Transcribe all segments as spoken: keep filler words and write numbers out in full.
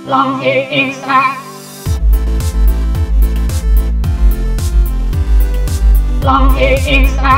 Long Take Extra Long Take Extra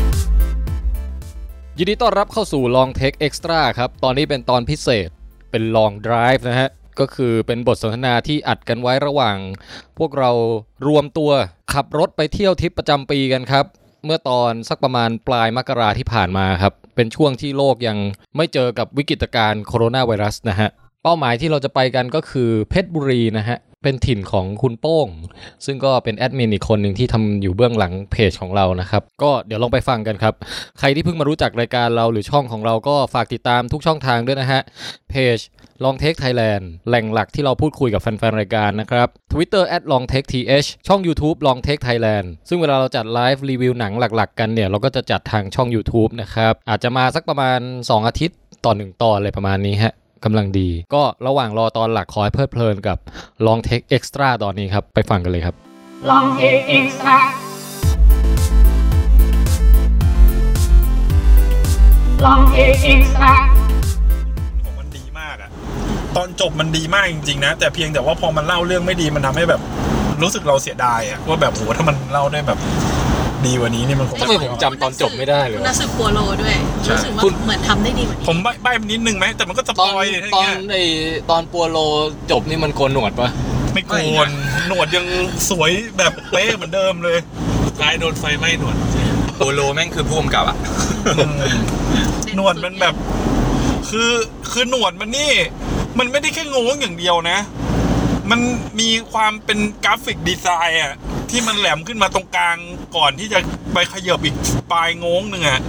ยินดีต้อนรับเข้าสู่ Long Take Extra ครับตอนนี้เป็นตอนพิเศษเป็น Long Drive นะฮะก็คือเป็นบทสนทนาที่อัดกันไว้ระหว่างพวกเรารวมตัวขับรถไปเที่ยวทริปประจำปีกันครับเมื่อตอนสักประมาณปลายมกราที่ผ่านมาครับเป็นช่วงที่โลกยังไม่เจอกับวิกฤตการณ์โคโรนาไวรัสนะฮะเป้าหมายที่เราจะไปกันก็คือเพชรบุรีนะฮะเป็นถิ่นของคุณโป้งซึ่งก็เป็นแอดมินอีกคนหนึ่งที่ทำอยู่เบื้องหลังเพจของเรานะครับก็เดี๋ยวลองไปฟังกันครับใครที่เพิ่งมารู้จักรายการเราหรือช่องของเราก็ฝากติดตามทุกช่องทางด้วยนะฮะเพจ Long Take Thailand แหล่งหลักที่เราพูดคุยกับแฟนๆรายการนะครับ Twitterแอท ลองเทค ที เอช ช่อง YouTube Long Take Thailand ซึ่งเวลาเราจัดไลฟ์รีวิวหนังหลักๆกันเนี่ยเราก็จะจัดทางช่อง YouTube นะครับอาจจะมาสักประมาณสองอาทิตย์ต่อหนึ่งตอนอะไรประมาณนี้ฮะกำลังดีก็ระหว่างรอตอนหลักขอให้เพลิดเพลินกับ Long Take Extra ตอนนี้ครับไปฟังกันเลยครับ Long Take Extra Long Take Extra ของมันดีมากอะตอนจบมันดีมากจริงๆนะแต่เพียงแต่ว่าพอมันเล่าเรื่องไม่ดีมันทำให้แบบรู้สึกเราเสียดายอะว่าแบบโหถ้ามันเล่าได้แบบดีกว่านี้นี่มันคงทำไมผมจำตอนจบไม่ได้เลยน่าสึกปัวโลด้วยรู้สึกว่าเหมือนทำได้ดีกว่านี้ผมใบ้ไปนิดนึงไหมแต่มันก็สปอยตอนไอตอนปัวโลจบนี่มันโกนหนวดปะไม่โกนหนวดยังสวยแบบเป๊ะเหมือนเดิมเลยกลายโดนไฟไหม้หนวดปัวโลแม่งคือผู้กำกับอะหนวดมันแบบคือคือหนวดมันนี่มันไม่ได้แค่งงอย่างเดียวนะมันมีความเป็นกราฟิกดีไซน์อ่ะที่มันแหลมขึ้นมาตรงกลางก่อนที่จะไปขยับอีกปลายงงนึงอ่ะ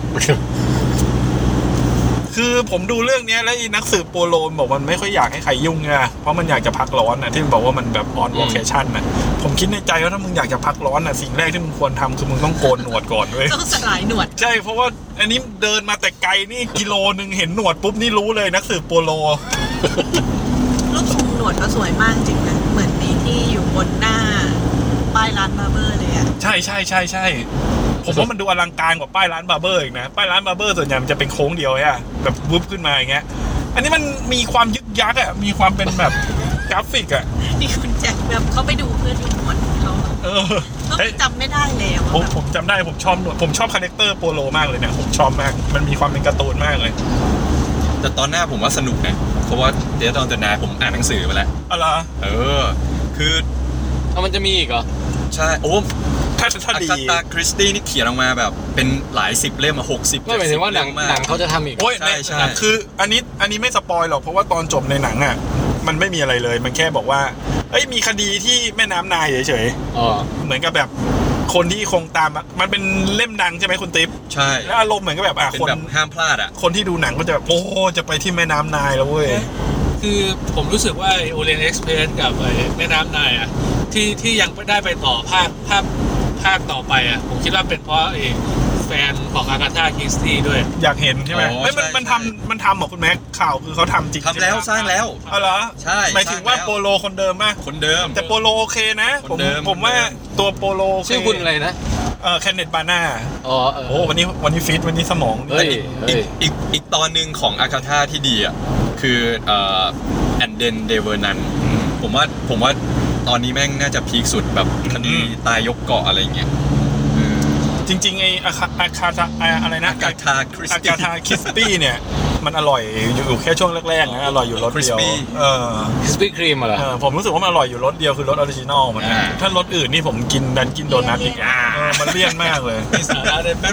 คือผมดูเรื่องนี้แล้วอีนักสืบโปโลบอกมันไม่ค่อยอยากให้ใครยุ่งไงเพราะมันอยากจะพักร้อนอ่ะที่มันบอกว่ามันแบบออนวอเคชั่นน่ะผมคิดในใจว่าถ้ามึงอยากจะพักร้อนอ่ะสิ่งแรกที่มึงควรทำคือมึงต้องโกนหนวดก่อนเว้ยต้องสลายหนวดใช่เพราะว่าอันนี้เดินมาแต่ไกลนี่กิโลนึงเห็นหนวดปุ๊บนี่รู้เลยนักสืบโปโลรูปทรงหนวดก็สวยมากจริงนะเหมือนนี้ที่อยู่บนหน้าป้ายร้านบาร์เบอร์เลยอ่ะใช่ใช่ใช่ใช่ผมว่ามันดูอลังการกว่าป้ายร้านบาร์เบอร์อีกนะป้ายร้านบาร์เบอร์ส่วนใหญ่มันจะเป็นโค้งเดียวอ่ะแบบวุบขึ้นมาอย่างเงี้ยอันนี้มันมีความยึกยักอ่ะมีความเป็นแบบกราฟิกอ่ะนี่คุณแจ็คแบบเขาไปดูเพื่อนหนวดเขาเออเขาจำไม่ได้แล้วผมผมจำได้ผมชอบผมชอบคาแรคเตอร์โปโลมากเลยเนี่ยผมชอบมากมันมีความเป็นการ์ตูนมากเลยแต่ตอนหน้าผมว่าสนุกนะเพราะว่าเดี๋ยวตอนเดอะนายผมอ่านหนังสือมาแล้วอะไรเออคือเอามันจะมีอีกเหรอใช่โอ้ถ้าถ้าดีอาตาคริสตี้นี่เขียนออกมาแบบเป็นหลายสิบเล่มอะหกสิบไม่หมายถึงว่าหนังหนังเขาจะทำอีกโอ้ยใช่ใช่คืออันนี้อันนี้ไม่สปอยหรอกเพราะว่าตอนจบในหนังอ่ะมันไม่มีอะไรเลยมันแค่บอกว่าเอ้ยมีคดีที่แม่น้ำนายเฉยๆอ๋อเหมือนกับแบบคนที่คงตามมันเป็นเล่มดังใช่ไหมคุณติ๊บใช่แล้วอารมณ์เหมือนกับแบบอ่ะคนห้ามพลาดอ่ะคนที่ดูหนังก็จะแบบโอ้จะไปที่แม่น้ำนายแล้วเว้ยคือผมรู้สึกว่าโอเรียนเอ็กซ์เพรสกับแม่น้ำนายอ่ะที่ที่ยังไม่ได้ไปต่อภาคภาคภาคต่อไปอ่ะผมคิดว่าเป็นเพราะเองแฟนของอากาธาคริสตี้ด้วยอยากเห็นใช่ไหมไม่มันมันทำมันทำหรอคุณแม็กข่าวคือเขาทำจริงทำแล้วสร้างแล้วอ๋อเหรอใช่หมายถึงว่าโปโลคนเดิมป่ะคนเดิมแต่โปโลโอเคนะผมผมว่าตัวโปโลชื่อคุณอะไรนะเออแคนเนตบาน่าอ๋อโอ้วันนี้วันนี้ฟิตวันนี้สมองอีกอีกอีกตอนนึงของอาคาธาที่ดีอ่ะคือเอ่อแอนเดนเดเวอร์นันผมว่าผมว่าตอนนี้แม่งน่าจะพีคสุดแบบคดีตายยกเกาะอะไรอย่างเงี้ยจริงๆไอ้อาคาอาคาทาอะไรนะอาคาทาคริสตี้อาคาทาคริสปี้เนี่ยมันอร่อยอยู่แค่ช่วงแรกๆนะอร่อยอยู่รสเดียวเออคริสปี้ครีมอะไรผมรู้สึกว่ามันอร่อยอยู่รสเดียวคือรสออริจินอลมันถ้ารสอื่นนี่ผมกินดันกินโดนัทอีกมันเลี่ยนมากเลยสาระได้แป๊บ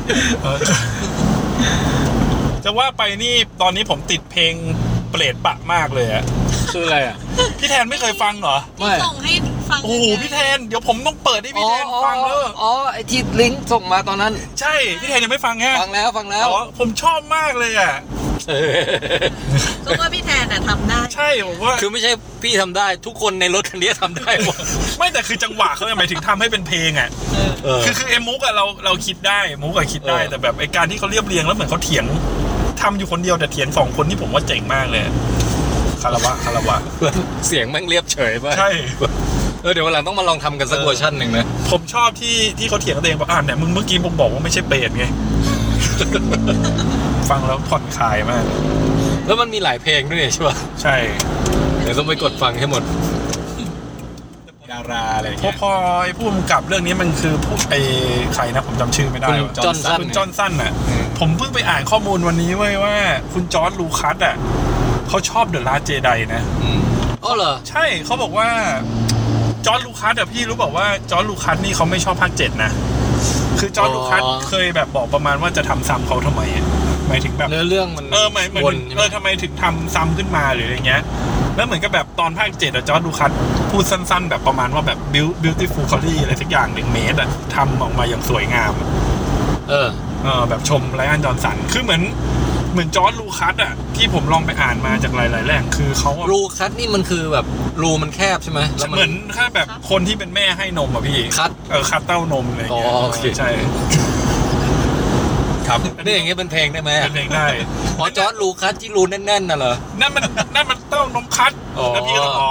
จะว่าไปนี่ตอนนี้ผมติดเพลงเปรตปะมากเลยอะคืออะไรอ่ะพี่แทนไม่เคยฟังเหรอไม่ส่งให้ฟังโอ้โหพี่แทนเดี๋ยวผมต้องเปิดให้พี่แทนฟังเอออ๋อไอที่ลิงก์ส่งมาตอนนั้นใช่พี่แทนยังไม่ฟังแฮะฟังแล้วฟังแล้วอ๋อผมชอบมากเลยอ่ะก็ว่าพี่แทนอ่ะทำได้ใช่ผมว่าคือไม่ใช่พี่ทำได้ทุกคนในรถคันนี้ทำได้หมดไม่แต่คือจังหวะเขาหมายถึงทำให้เป็นเพลงอ่ะคือคือเอ็มมุกอ่ะเราเราคิดได้มุกอ่ะคิดได้แต่แบบไอการที่เขาเรียบเรียงแล้วเหมือนเขาเถียงทำอยู่คนเดียวแต่เถียงสองคนที่ผมว่าเจ๋งมากเลยคารวะคารวะเสียงแม่งเรียบเฉยป่ะใช่เออเดี๋ยววันหลังต้องมาลองทำกันสักเวอร์ชันหนึ่งนะผมชอบที่ที่เขาเถียงกันเองว่าอ่านเนี่ยมึงเมื่อกี้ผมบอกว่าไม่ใช่เปรตไง ฟังแล้วผ่อนคลายมากแล้วมันมีหลายเพลงด้วยใช่ป่ะใช่เดี๋ยวต้องไปกดฟังให้หมดดาราอะไรเพราะพอไอ้ผู้กำกับเรื่องนี้มันคือผู้ไอ้ใครนะผมจำชื่อไม่ได้คุณว่ะจอห์นสันคุณจอห์นสันน่ะผมเพิ่งไปอ่านข้อมูลวันนี้เว้ยว่าคุณจอร์จลูคัสอ่ะเขาชอบเดอะลาสต์เจไดนะอ๋อเหรอใช่เขาบอกว่าจอร์จลูคัสอ่ะพี่รู้บอกว่าจอร์จลูคัสนี่เขาไม่ชอบภาคเจ็ดนะคือจอร์จลูคัสเคยแบบบอกประมาณว่าจะทำซ้ำเขาทำไมอ่ะหมายถึงแบบเนื้อเรื่องมันเออหมายหมายวถึนงใช่ไหเอมอทำไมถึงทำซ้ำขึ้นมาหรืออะไรเงี้ยแล้วเหมือนกับแบบตอนภาคเจ็ดอะจอร์จลูคัสพูดสั้นๆแบบประมาณว่าแบบ beautiful collie อะไรสักอย่างหนึ่งเมตรอะทำออกมาอย่างสวยงามเออเออแบบชมไรอันจอห์นสันคือเหมือนเหมือนจอร์จลูคัสอะที่ผมลองไปอ่านมาจากหลายๆแหล่งคือเขาอะรูคัทนี่มันคือแบบรูมันแคบใช่ไหมแล้วเหมือนถ้าแบบคนที่เป็นแม่ให้นมอะพี่คัทเออคัดเต้านมอะไรอย่างเงี้ยอ๋อโอเคใช่ครับนี่อย่างเงี้ยเป็นเพลงได้ไหมเป็นเพลงได้อ๋อจอร์จรูคัทที่รูแน่นๆน่ะเหรอนั่นมันนั่นมันเต้านมคัดอ๋อแล้วพี่ก็ต้องอ๋อ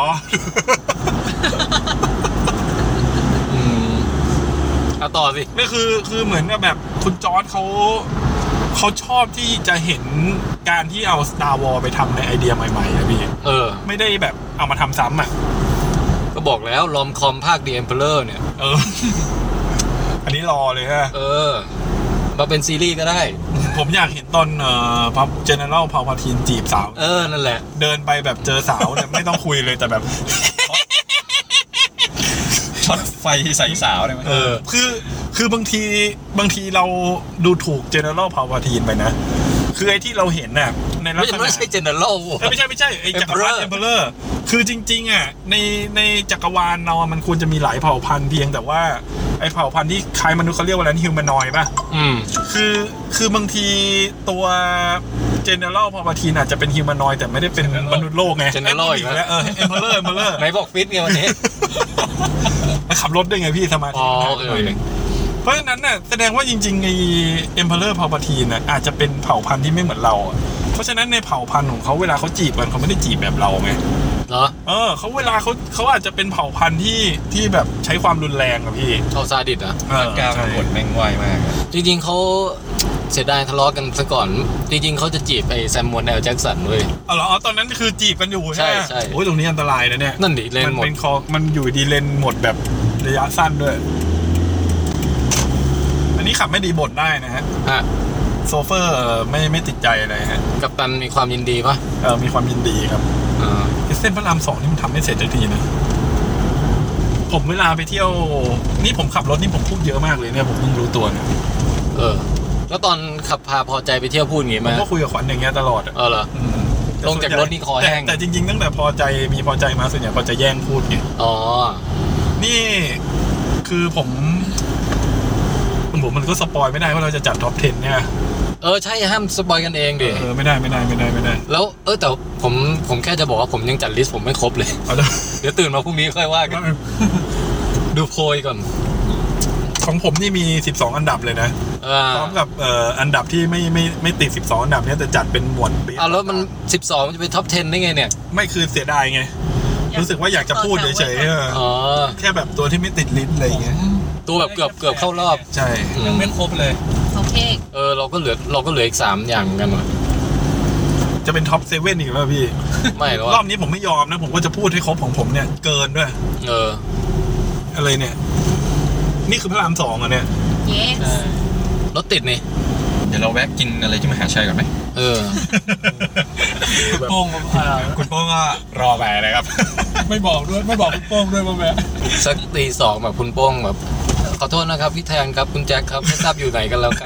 อืมเอาต่อสินี่คือคือเหมือนกับแบบคุณจอร์จเขาเขาชอบที่จะเห็นการที่เอา Star Wars ไปทำในไอเดียใหม่ๆอะพี่เออไม่ได้แบบเอามาทำซ้ำอะก็บอกแล้วลอมคอมภาค The Emperor เนี่ยเออ อันนี้รอเลยฮะเออ มาเป็นซีรีส์ก็ได้ผมอยากเห็นตอนเอ่อพับเจเนอเรลพาวพาทีนจีบสาวเออ นั่นแหละเดินไปแบบเจอสาวเนี่ย ไม่ต้องคุยเลยแต่แบบช็อตไฟใส่สาวได้ไหมเออ คือคือบางทีบางทีเราดูถูกเจเนอเรลพาวพาทีนไปนะ คือไอ้ที่เราเห็นน่ะในลักไม่ษณะไม่ใช่เจเนอเรลเอ้ยไม่ใช่ไม่ใช่ไอ้จักรวาล Emperor เอ็มเพอเรอร์คือจริงๆอ่ะในในจักรวาลเราอะมันควรจะมีหลายเผ่าพันธุ์เพียงแต่ว่าไอ้เผ่าพันธุ์ที่คล้ายมนุษย์เขาเรียกว่าอะไรฮิวแมนอยด์ป่ะอืมคือคือบางทีตัวเจเนอเรลพอพาทีนอาจจะเป็นฮิวแมนอยด์แต่ไม่ได้เป็นมนุษย์โลกไง General ไอ้ผู้หญิงแล้วเออเอ็มเพอเรอร์เอ็มเพอเรอร์ไหนบอกฟิตไงวันนี้ขับรถด้วยไงพี่สมาธิอ๋อหน่อยหนึ่งเพราะฉะนั้นน่ะแสดงว่าจริงๆไอ้เอ็มเพอเรอร์พอพาทีนน่ะอาจจะเป็นเผ่าพันธุ์ที่ไม่เหมือนเราอะเพราะฉะนั้นในเผ่าพันธุ์ของเขาเวลาเขาจีบกันเขาไม่ได้จีบแบบเราไงเหรอเออเขาเวลาเขาเขาอาจจะเป็นเผ่าพันธุ์ที่ที่แบบใช้ความรุนแรงอะพี่เอาซาดิสอ่ะเออก้าวใช่กดแม่งไวมากอะจริงๆเขาเสียดายทะเลาะกันซะก่อน จริงๆเขาจะจีบไอ้แซมมอนแอลแจ็คสันเว้ยเอาเหรออ๋อตอนนั้นคือจีบกันอยู่ใช่ไหมใช่ใช่โอ้ยตรงนี้อันตรายนะเนี่ยนั่นดิเลนมันหมดเป็นคอมันอยู่ดีเลนหมดแบบระยะสั้นด้วย อันนี้ขับไม่ดีบ่นได้นะฮะฮะโซเฟอร์ไม่ไม่ติดใจอะไรฮะกัปตันมีความยินดีปะเออมีความยินดีครับอ่าเส้นพระรามสองนี่มันทำไม่เสร็จสักทีนะ ผมเวลาไปเที่ยว นี่ผมขับรถนี่ผมพูดเยอะมากเลยเนี่ยผมเพิ่งรู้ตัวเนี่ยเออ แล้วตอนขับพาพอใจไปเที่ยวพูดอย่างงี้ผไหมมก็คุยกับขวัญอย่างเงี้ยตลอดอะเออเหรออืมลงจากรถนี่คอแห้งต่แต่จริงๆตั้งแต่พอใจมีพอใจมาส่วนใหญ่พอจะแย่งพูดไงอ๋อนี่คือผมผมมันก็สปอยไม่ได้ว่าเราจะจัดท็อปสิบเนี่ยเออใช่ห้ามสปอยกันเองดิเออไม่ได้ไม่ได้ไม่ได้ไม่ได้แล้วเออแต่ผมผมแค่จะบอกว่าผมยังจัดลิสต์ผมไม่ครบเลยเอาเลยเดี๋ยวตื่นมาพรุ่งนี้ค่อยว่ากัน ดูโพยก่อนของผมนี่มีสิบสองอันดับเลยนะอ่าพร้อมกับเอ่ออันดับที่ไม่ไม่ไม่ติดสิบสองอันดับเนี่ยแต่จัดเป็นหมวดอ่าแล้วมันสิบสองมันจะเป็นท็อปสิบได้ไงเนี่ยไม่คือเสียดายไง รู้สึกว่าอยากจะพูดเฉยๆเอออ๋อแค่แบบตัวที่ไม่ติดลิสต์อะไรอย่างเงี้ยตัวแบบเกือบเกือบเข้ารอบใช่ยังไม่ครบเลยโอเคเออเราก็เหลือเราก็เหลืออีกสามอย่างเหมือนกันว่ะจะเป็นท็อปเซเว่นอีกแล้วพี่ไม่หรอรวะอบนี้ผมไม่ยอมนะ ผมก็จะพูดให้ครบของผมเนี่ยเกินด้วยเอออะไรเนี่ย นี่คือพระรามสองอ่ะเนี่ย yes รถติดนี่เดี๋ยวเราแวะกินอะไรที่มหาชัยก่อนไหมเออโป้งอ่าคุณโป้งก็รอไปนะครับไม่บอกด้วยไม่บอกคุณโป้งด้วยมาแม่สักตีสองแบบคุณโป้งแบบขอโทษนะครับพี่แทนครับคุณแจ็คครับไม่ทราบอยู่ไหนกันแล้วครับ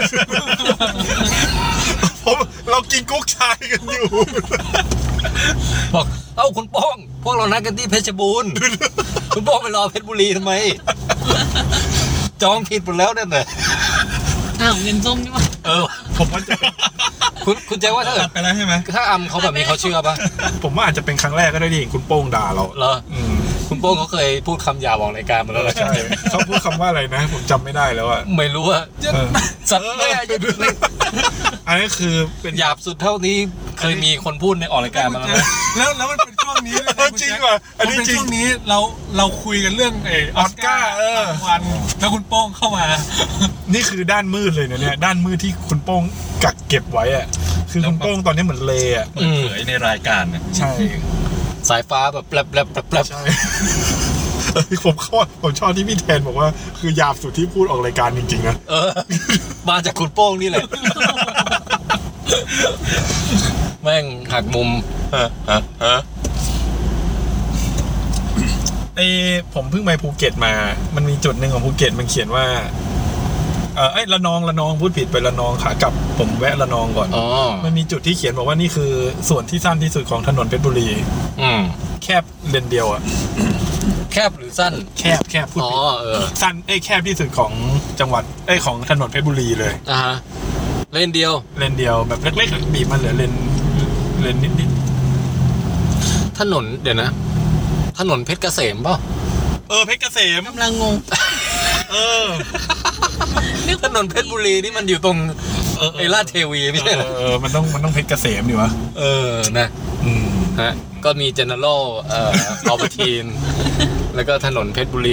ผมเรากินกุ๊กชายกันอยู่บอกเอ้าคุณโป้งพวกเรานัดกันที่เพชรบูรณ์ คุณโป้งไปรอเพชรบุรีทำไม จองผิดหมดแล้วเนี่ยอ้าวเงินส้มนี่วะเออผมว่าจะคุณคุณแจ็คว่าถ้าเกิดไปแล้วใช่ไหมถ้าอำเขาแบบนี้เขาเชื่อปะผมว่าอาจจะเป็นครั้งแรกก็ได้ที่เห็นคุณโป้งด่าเราเหรออืมคุณโป้งเขาเคยพูดคำหยาบออกรายการมาแล้วเหรอใช่เขาพูดคำว่าอะไรนะ ผมจำไม่ได้แล้วอะไม่รู้ว่าเออสัตว์ไม่อายุอันนี้คือเป็นหยาบสุดเท่านี้เคยมีคนพูดในออกรายการมาแล้วนะแล้วแล้วมันเป็นช่วงนี้ด้วยนะอจริงว่ะอันนี้เป็นจริงช่วงนี้เราเราคุยกันเรื่องไอ้ออสการ์เออวันแล้วคุณโป้งเข้ามานี่คือด้านมืดเลยนะเนี่ยด้านมืดที่คุณโป้งกักเก็บไว้อะคือคุณโป้งตอนนี้เหมือนเลอะเปิดเผยในรายการเนี่ยใช่สายฟ้าแบบแปลบแปลบแปลบแปลบใช่ผมชอบผมชอบที่พี่แทนบอกว่าคือยาบสุดที่พูดออกรายการจริงๆนะเออ มาจากคุณโป้งนี่แหละ แม่งหักมุมไอผมเพิ่งไปภูเก็ตมามันมีจุดหนึ่งของภูเก็ตมันเขียนว่าเออไอ้ระนองระนองพูดผิดไประนองขากลับผมแวะระนองก่อนอ๋อมันมีจุดที่เขียนบอกว่านี่คือส่วนที่สั้นที่สุดของถนนเพชรบุรีอืมแคบเลนเดียวอะแคบหรือสั้นแคบแคบพูดอ๋อผิดเออสั้นไอ้ยแคบที่สุดของจังหวัดไอ้ยของถนนเพชรบุรีเลยอ่าฮะเล่นเดียวเลนเดียวแบบเล็กๆบีบมันเหลือเลนเลนนิดถนนเดี๋ยวนะ ถนนเพชรเกษมเปล่าๆเออเพชรเกษมกำลังงงเออถนนเพชรบุรีนี่มันอยู่ตรงเออไอ้ลาดเทวีไม่ใช่เหรอเออมันต้องมันต้องเพชรเกษมดิวะเออนะอืมฮะก็มีเจเนอเรลเอ่ออัลปาทีนแล้วก็ถนนเพชรบุรี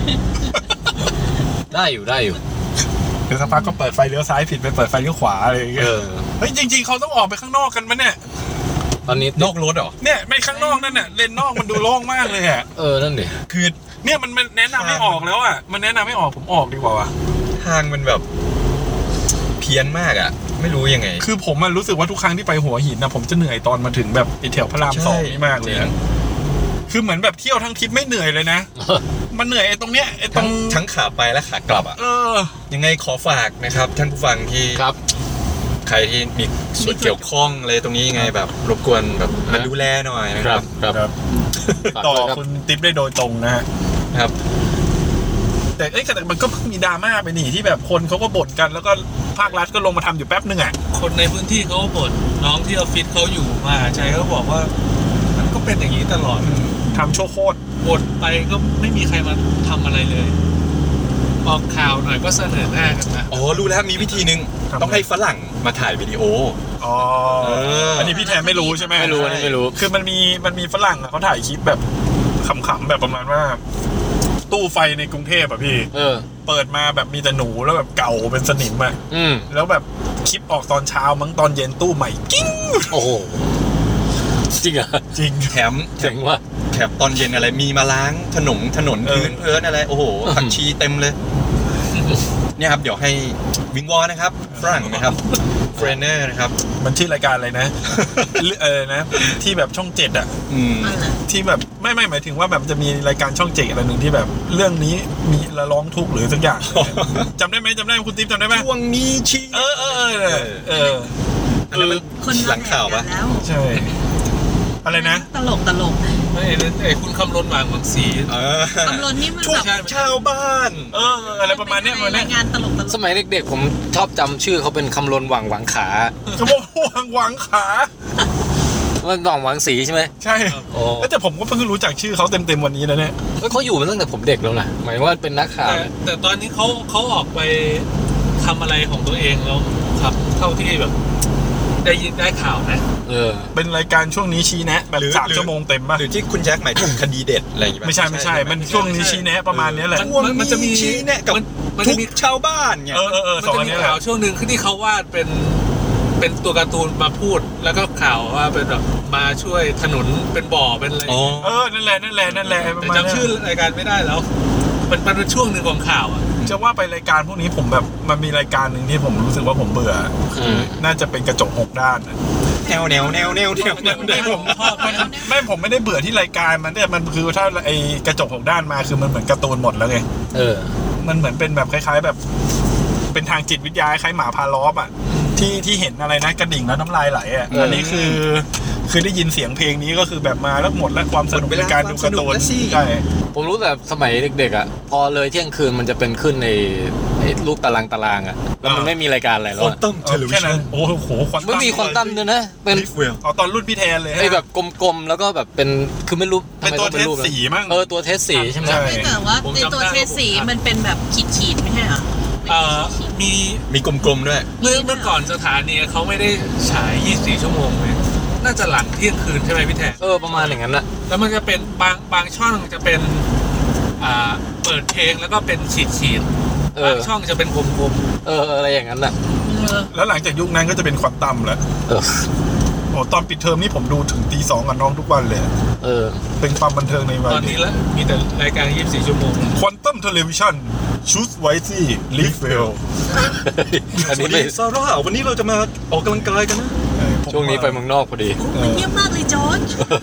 ได้อยู่ได้อยู่เดี๋ยวสักพักก็เปิดไฟเลี้ยวซ้ายผิดไปเปิดไฟเลี้ยวขวาอะไรอย่างเงี้เอย อเฮ้ยจริงๆเขาต้องออกไปข้างนอกกันมั้ยเนี่ยตอนนี้นอกรถเหรอเนี่ยไม่ข้างนอกนั่นน่ะเลนนอกมันดูโล่งมากเลยอ่ะเออ นั่นดิคือเนี่ยมันมันแนะนำไม่ออกแล้วอ่ะมันแนะนำไม่ออกผมออกดีกว่าว่ะทางมันแบบเพี้ยนมากอ่ะ ไม่รู้ยังไงคือผมมันรู้สึกว่าทุกครั้งที่ไปหัวหินนะผมจะเหนื่อยตอนมาถึงแบบไอแถวพระรามสองนี่มากเลยอะคือเหมือนแบบเที่ยวทั้งทริปไม่เหนื่อยเลยนะ มันเหนื่อยไอ้ตรงเนี้ยไอ้ตรทั้งงทั้งขาไปและขากลับอ่ะเออยังไงขอฝากนะครับ ท่านผู้ฟังที่ครับใครที่มีส่วนเกี่ยวข้องอะไรตรงนี้ยังไงแบบรบกวนแบบมาดูแลหน่อยนะคครัรับบ ครับครับฝากต่อด้วยครับคุณติ๊บได้โดยตรงนะฮะครับแต่เอ้ยแต่มันก็เพิ่งมีดราม่าไปนี่ที่แบบคนเขาก็บ่นกันแล้วก็ภาครัฐก็ลงมาทำอยู่แป๊บนึงอ่ะคนในพื้นที่เขาก็บ่นน้องที่ออฟฟิศเขาอยู่มหาชัยเขาบอกว่า มันก็เป็นอย่างนี้ตลอดทำโชว์โคตรบ่นไปก็ไม่มีใครมาทำอะไรเลยออกข่าวหน่อยก็เสนอหน้ากันนะอ๋อรู้แล้วมีวิธีหนึ่งต้องให้ฝรั่งมาถ่ายวิดีโออ๋อเอออัอันนี้พี่แทนไม่รู้ใช่ไหมไม่รู้อันนี้ไม่รู้คือมันมีมันมีฝรั่งอะเขาถ่ายคลิปแบบขำๆแบบประมาณว่า ตู้ไฟในกรุงเทพอะพี่เออเปิดมาแบบมีแต่หนูแล้วแบบเก่าเป็นสนิมอะอืมแล้วแบบคลิปออกตอนเช้ามั้งตอนเย็นตู้ใหม่กิ้งโอ้โห จริงเหรอจริงแถมเจ๋งว่ะแถมตอนเย็นอะไรมีมาล้างถนนถนนเออพื้นเพิ้นอะไรโอ้โหผักชีเต็มเลย เนี่ยครับเดี๋ยวให้วิงวอนนะครับฝรั่งนะครับเฟรนเนอร์นะครับมันชื่อรายการอะไรนะ เออนะ ที่แบบช่องเจ็ดอะอืมอะไรที่แบบไม่ไม่หมายถึงว่าแบบจะมีรายการช่องเจ็ดอะไรหนึ่งที่แบบเรื่องนี้มีละร้องทุกข์หรือสักอย่าง จำได้ไหมจำได้ไหมคุณติ๊บจำได้ไหมช่วงนี้ชี้เออเออเออเออเอออันนั้นมันคนหลังข่าวปะแล้วใช่ อะไรนะตลกตลกไม่ไอ้คุณคำรณหว่างหวังศรีเออตำรวจนี่มันช่วงแบบชาวบ้านเอออะไรประมาณเนี้ยประมาณเนี้ราย ยงานตลกตลกสมัยเด็กๆ ผมชอบจำชื่อเขาเป็นคำลนหว่างหวังขาเขาบอกวางวางขาว่าหว่างหวังสีใช่ไหมใช่โอ้แล้วแต่ผมก็เพิ่งรู้จักชื่อเขาเต็มๆวันนี้นะเนี่ยเฮ้ยเขาอยู่มาตั้งแต่ผมเด็กแล้วนะหมายว่าเป็นนักข่าวแต่แต่ตอนนี้เขาเขาออกไปทำอะไรของตัวเองแล้วครับเท่าที่แบบ ได้ยินได้ข่าวนะเออเป็นรายการช่วงนี้ชี้แนะแบบหรือสามหรือชั่วโมงเต็มป่ะหรือที่คุณแจ็คหมายถึงคดีเด็ดอะไรอย่างเงี้ยไม่ใช่ไม่ใช่มันช่วงนี้ชี้แนะประมาณเนี้ยแหละช่วงมันจะมีนี้ชี้แนะกับมันมันทุจะกมีชาวบ้านเนี่ยเออเออเออมันสองจะอันมีเนี้ยแหละข่าวช่วงหนึ่งที่เขาวาดเป็นเป็นตัวการ์ตูนมาพูด แล้วก็ข่าวว่าเป็นแบบมาช่วยถนนเป็นบ่อเป็นอะไรอ๋อเออนั่นแหละนั่นแหละนั่นแหละประแต่มาณเนี้ยจำชื่อรายการไม่ได้แล้ว มันมันเป็นช่วงหนึ่งของข่าวอ่ะจะว่าไปรายการพวกนี้ผมแบบมันมีรายการหนึ่งที่ผมรู้สึกว่าผมเบื่ออืมน่าจะเป็นกระจกหกด้านอะแนวแนวแนวแนวแนวแนวแนไม่วผมไม่ไม่ผมไม่ได้เบื่อที่รายการมันเนี่ยมันคือถ้าไอกระจกหกด้านมาคือมันเหมือนการ์ตูนหมดแล้วไงเออมันเหมือนเป็นแบบคล้าย ๆ แบบ เป็นทางจิตวิทยาคล้ายหมาพาล้อมอ่ะที่ที่เห็นอะไรนะกระดิ่งแล้วน้ำลายไหลอ่ะเอออัอันนี้คือคือได้ยินเสียงเพลงนี้ก็คือแบบมาแล้วหมดแล้วความสนุกในการดูการ์ตูนใช่ผมรู้แต่สมัยเด็กๆอ่ะพอเลยเที่ยงคืนมันจะเป็นขึ้นในไอ้รูปตารางตารางอ่ะแล้วมันไม่มีรายการอะไรแล้คว ออะนตัมเทเอเลอวิแค่ชั่นั้น นโอ้โหควอนตัมไม่มีควอนตัมด้วยนะ เป็นลิฟเวลเอาตอนรุ่นพี่แทนเลยฮะไอ้แบบกลมๆแล้วก็แบบเป็นคือไม่รู้ทำเป็นไมตัวต้องเทเป็นสรูปนะสีมั้งเออตัวเทสสีใช่ไหมใช่ไม่แต่ว่าผมในจำตัวได้เทสสีมันเป็นแบบขีดขีดๆไม่ใช่เหรอเอ่อมีมีกลมๆด้วยเมื่อเมื่อก่อนสถานีเขาไม่ได้ฉายยี่สิบสี่ชั่วโมงเลยน่าจะหลังเที่ยงคืนใช่ไหมพี่แทนเออประมาณอย่างนั้นแหละแล้วมันจะเป็นบางบางช่องจะเป็นอ่าเปิดเพลงแล้วก็เป็นขีดขีดบางช่องจะเป็นกลมเอออะไรอย่างนั้นแหละแล้วหลังจากยุคนั้นก็จะเป็นควอนตัมแล้วเออโอ้ตอนปิดเทอมนี่ผมดูถึงตีสองกับน้องทุกวันเลยเออเป็นความบันเทิงในวัๆยตอนนี้แล้วมีแต่รายการยี่สิบสี่ชั่วโมงควอนตัมเทเลวิชั่นชูสไวซี่ลิฟเวลอันนี้ไม่ซาร่าวันนี้เราจะมาออกกำลังกายกันนะช่วงนี้ไปเมืองนอกพอดีมันเงียบมากเลยจอร์จ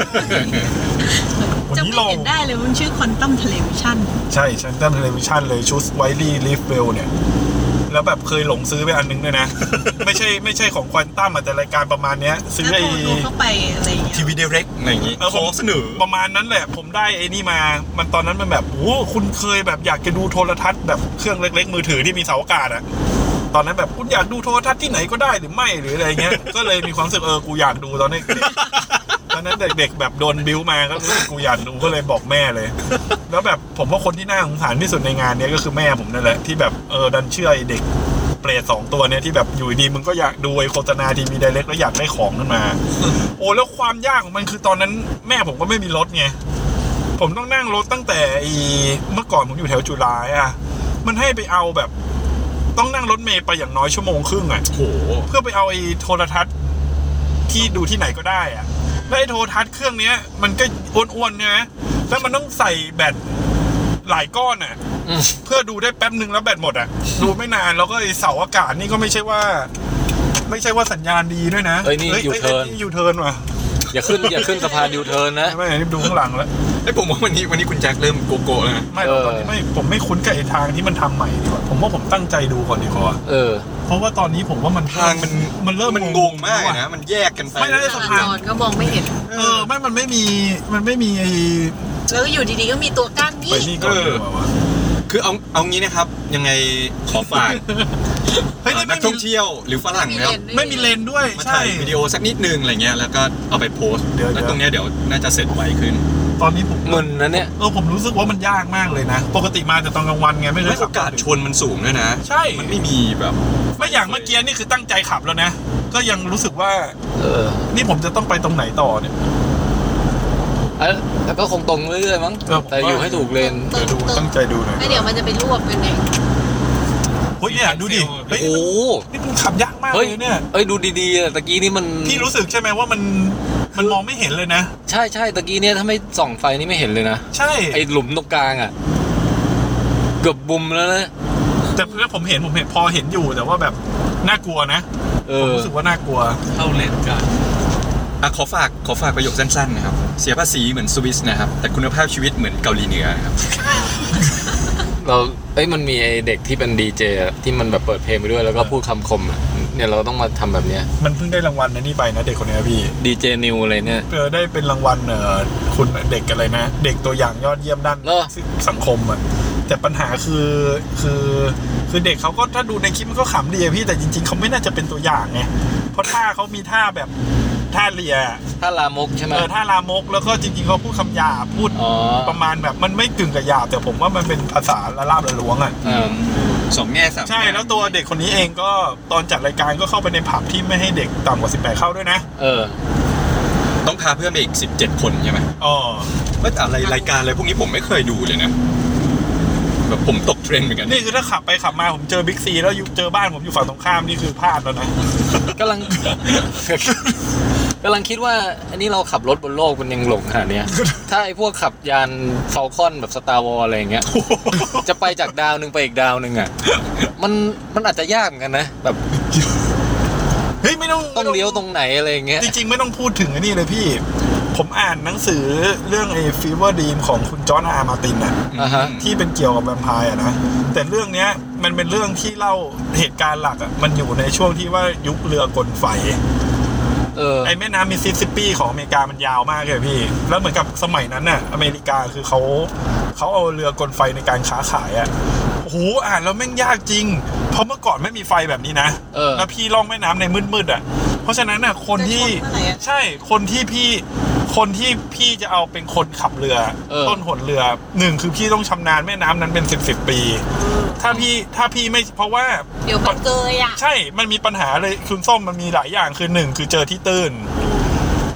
วันจะนี้ไม่เราเห็นได้เลยมันชื่อควอนตัมเทเลวิชั่นใช่ควอนตัมเทเลวิชั่นเลยชูสไวซี่ลิฟเวลเนี่ยแล้วแบบเคยหลงซื้อไปอันนึงด้วยนะ ไม่ใช่ไม่ใช่ของควอนตัมแต่รายการประมาณเนี้ยซื้อแล้วไอ้โทรดูเข้าไปอะไรอย่างเงี้ยทีวีเดเร็กอะไรอย่างงี้เออขผมอเสนอประมาณนั้นแหละผมได้ไอ้นี่มา มันตอนนั้นมันแบบโอ้คุณเคยแบบอยากจะดูโทรทัศน์แบบเครื่องเล็กๆมือถือที่มีเสาอากาศอะตอนนั้นแบบคุณอยากดูโทรทัศน์ที่ไหนก็ได้หรือไม่หรืออะไรเงี้ย ก็เลยมีความรู้สึกเออกูอยากดูตอนนี้เด็กตอนนั้นเด็กๆแบบโดนบิ้วมาก็รู้สึกกูอยากดูก็เลยบอกแม่เลย แล้วแบบผมว่าคนที่น่าสงสารที่สุดในงานเนี้ยก็คือแม่ผมนั่นแหละที่แบบเออดันเชื่อไอ้เด็กเปรตสองตัวเนี้ยที่แบบอยู่ดีมึงก็อยากดูไอ้โฆษณาทีวีไดเรกแล้วอยากได้ของขึ้นมา โอ้แล้วความยากของมันคือตอนนั้นแม่ผมก็ไม่มีรถไงผมต้องนั่งรถตั้งแต่ไอ้เมื่อก่อนผมอยู่แถวจุฬาอะมันให้ไปเอาแบบต้องนั่งรถเมล์ไปอย่างน้อยชั่วโมงครึ่งอะโอ้โหเพื่อไปเอาไอ้โทรทัศน์ที่ดูที่ไหนก็ได้อะแล้วไอ้โทรทัศน์เครื่องเนี้ยมันก็อ้วนๆใช่ไหมแล้วมันต้องใส่แบตหลายก้อนอะอืมเพื่อดูได้แป๊บนึงแล้วแบตหมดอะดูไม่นานแล้วก็ไอ้เสาอากาศนี่ก็ไม่ใช่ว่า ไม่ใช่ว่าสัญญาณดีด้วยนะเอ้ยนี่ยูเทิร์นยูเทิร์นว่ะอย่าขึ้นอย่าขึ้นสะพานยูเทิร์นนะไม่ไม่นี่ดูข้างหลังแล้วไอ้ยผมว่าวันนี้วันนี้คุณแจ็คเริ่มโกโก้แล้วนะไม่หรอกตอนนี้ไม่ผมไม่คุ้นกับไอ้ทางที่มันทำใหม่ดีกว่าผมว่าผมตั้งใจดูก่อนดีกว่าเออเพราะว่าตอนนี้ผมว่ามันทางมันมันเริ่มมันงงมากนะ มันแยกกันไปไม่ได้จราจรก็มองไม่เห็นเออไม่มันไม่มีมันไม่มีไอ้แล้วอยู่ดีๆก็มีตัวกั้นไปนี่นี่ก่อนดีกว่าวะคือเอาเอางี้นะครับ ยังไงขอฝากเฮ้ยเอ่อนี่นัไม่กมีท่องเที่ยวหรือฝรั่งนะครับไม่มีเลนด้วยมาใช่ถ่ายวิดีโอสักนิดนึงอะไรเงี้ยแล้วก็เอาไปโพสต์เดี๋ยวแล้วตรงเนี้ยเดี๋ยวน่าจะเสร็จไวขึ้นตอนนี้ผมมึนนะเนี่ยเออผมรู้สึกว่ามันยากมากเลยนะ ปกติมาแต่ตอนกลางวันไงไม่เคแล้ยวโอกาสชนมันสูงด้วยนะใช่มันไม่มีแบบไม่อย่างเมื่อกี้นี่คือตั้งใจขับแล้วนะ ก็ยังรู้สึกว่าเออนี่ผมจะต้องไปตรงไหนต่อเนี่ยเอ้ยแล้วก็คงตรงเรื่อยๆมั้งเออผมว่าแต่อยู่ให้ถูกเลนเดี๋ยวดูตั้งใจดูหน่อยแล้วเดี๋ยวมันจะไปรวบกันเองเฮ้ยเนี่ยดูดิเฮ้ยโอ้โหนี่มันขับยากมากเฮ้เลย ยเนี่ยเอ้ยดูดีๆอะตะกี้นี่มันพี่รู้สึกใช่ไหมว่ามันมันมองไม่เห็นเลยนะใช่ใช่ตะกี้เนี่ยถ้าไม่ส่องไฟนี่ไม่เห็นเลยนะใช่ไอ้หลุมตรงกลางอ่ะ เกือบบุมแล้วนะแต่เพื่อผมเห็นผมเห็นพอเห็นอยู่แต่ว่าแบบน่ากลัวนะเอผมอรู้สึกว่าน่ากลัวเข้าเลนกันอ่ะขอฝากขอฝากประโยคสั้นๆนะครับ เสียภาษีเหมือนสวิสนะครับ แต่คุณภาพชีวิตเหมือนเกาหลีเหนือนะครับเราเอ้ยมันมีไอ้เด็กที่เป็นดีเจอะที่มันแบบเปิดเพลงไปด้วยแล้วก็พูดคำคมอะเนี่ยเราต้องมาทำแบบเนี้ยมันเพิ่งได้รางวัลนะนี่ไปนะเด็กคนนี้พี่ดีเจนิวอะไรเนี่ยเออได้เป็นรางวัลเออคุณเด็กอะไรนะ เด็กตัวอย่างยอดเยี่ยมด้านเหรอสังคมอ่ะแต่ปัญหาคือคือคือเด็กเขาก็ถ้าดูในคลิปมันก็ขำดีอะพี่แต่จริงๆเขาไม่น่าจะเป็นตัวอย่างไงเพราะท่าเขามีท่าแบบท่าเลียถ้าลามกใช่ไหมเออท่าลามกแล้วก็จริงๆเขาพูดคำหยาบพูดอ๋อประมาณแบบมันไม่กึ่งกับหยาบแต่ผมว่ามันเป็นภาษาละลาบละล้วงอ่ะอ่าสองแง่สามใช่แล้วตัวเด็กคนนี้เองก็ตอนจัดรายการก็เข้าไปในผับที่ไม่ให้เด็กต่ำกว่าสิบแปดเข้าด้วยนะเออต้องพาเพื่อนไปอีกสิบเจ็ดคนใช่ไหมอ๋อเอ้ยแต่อะไรรายการอะไรพวกนี้ผมไม่เคยดูเลยนะแบบผมตกเทรนด์เหมือนกันนี่คือถ้าขับไปขับมาผมเจอบิ๊กซีแล้วอยู่เจอบ้านผมอยู่ฝั่งตรงข้ามนี่คือพลาดแล้วนะกำลัง กำลังคิดว่า อันนี้เราขับรถบนโลกมันยังหลงขนาดเนี้ย ถ้าไอ้พวกขับยานฟอลคอนแบบสตาร์วอลอะไรอย่างเงี้ย จะไปจากดาวหนึ่งไปอีกดาวหนึ่งอ่ะ มันมันอาจจะยากเหมือนกันนะ แบบเฮ้ยไม่ต้องต้องเลี้ยวตรงไหนอะไรอย่างเงี้ยจริงๆไม่ต้องพูดถึงไอ้นี่เลยพี่ ผมอ่านหนังสือเรื่องไอ้ฟีเวอร์ดีมของคุณจอห์นอาร์มาร์ตินอะอ่าฮะที่เป็นเกี่ยวกับแวมไพร์อะนะแต่เรื่องเนี้ยมันเป็นเรื่องที่เล่าเหตุการณ์หลักอะมันอยู่ในช่วงที่ว่ายุคเรือกลไฟเออไอ้แม่น้ำมิสซิสซิปปีของอเมริกามันยาวมากเลยพี่แล้วเหมือนกับสมัยนั้นน่ะอเมริกาคือเขาเขาเอาเรือกลไฟในการค้าขายอะโอ้โหอ่านแล้วแม่งยากจริงเพราะเมื่อก่อนไม่มีไฟแบบนี้นะเออแล้วพี่ล่องแม่น้ำในมืดๆอะเพราะฉะนั้นน่ะคนที่จะชนเมื่อไหร่อะใช่คนที่พี่คนที่พี่จะเอาเป็นคนขับเรือเออต้นหนเรือหนึ่งคือพี่ต้องชำนาญแม่น้ำนั้นเป็นสิบสิบปี ถ้าพี่ถ้าพี่ไม่เพราะว่าเดี๋ยวมันเกยอ่ะใช่ มันมีปัญหาเลยคุณส้มมันมีหลายอย่างคือหนึ่งคือเจอที่ตื้น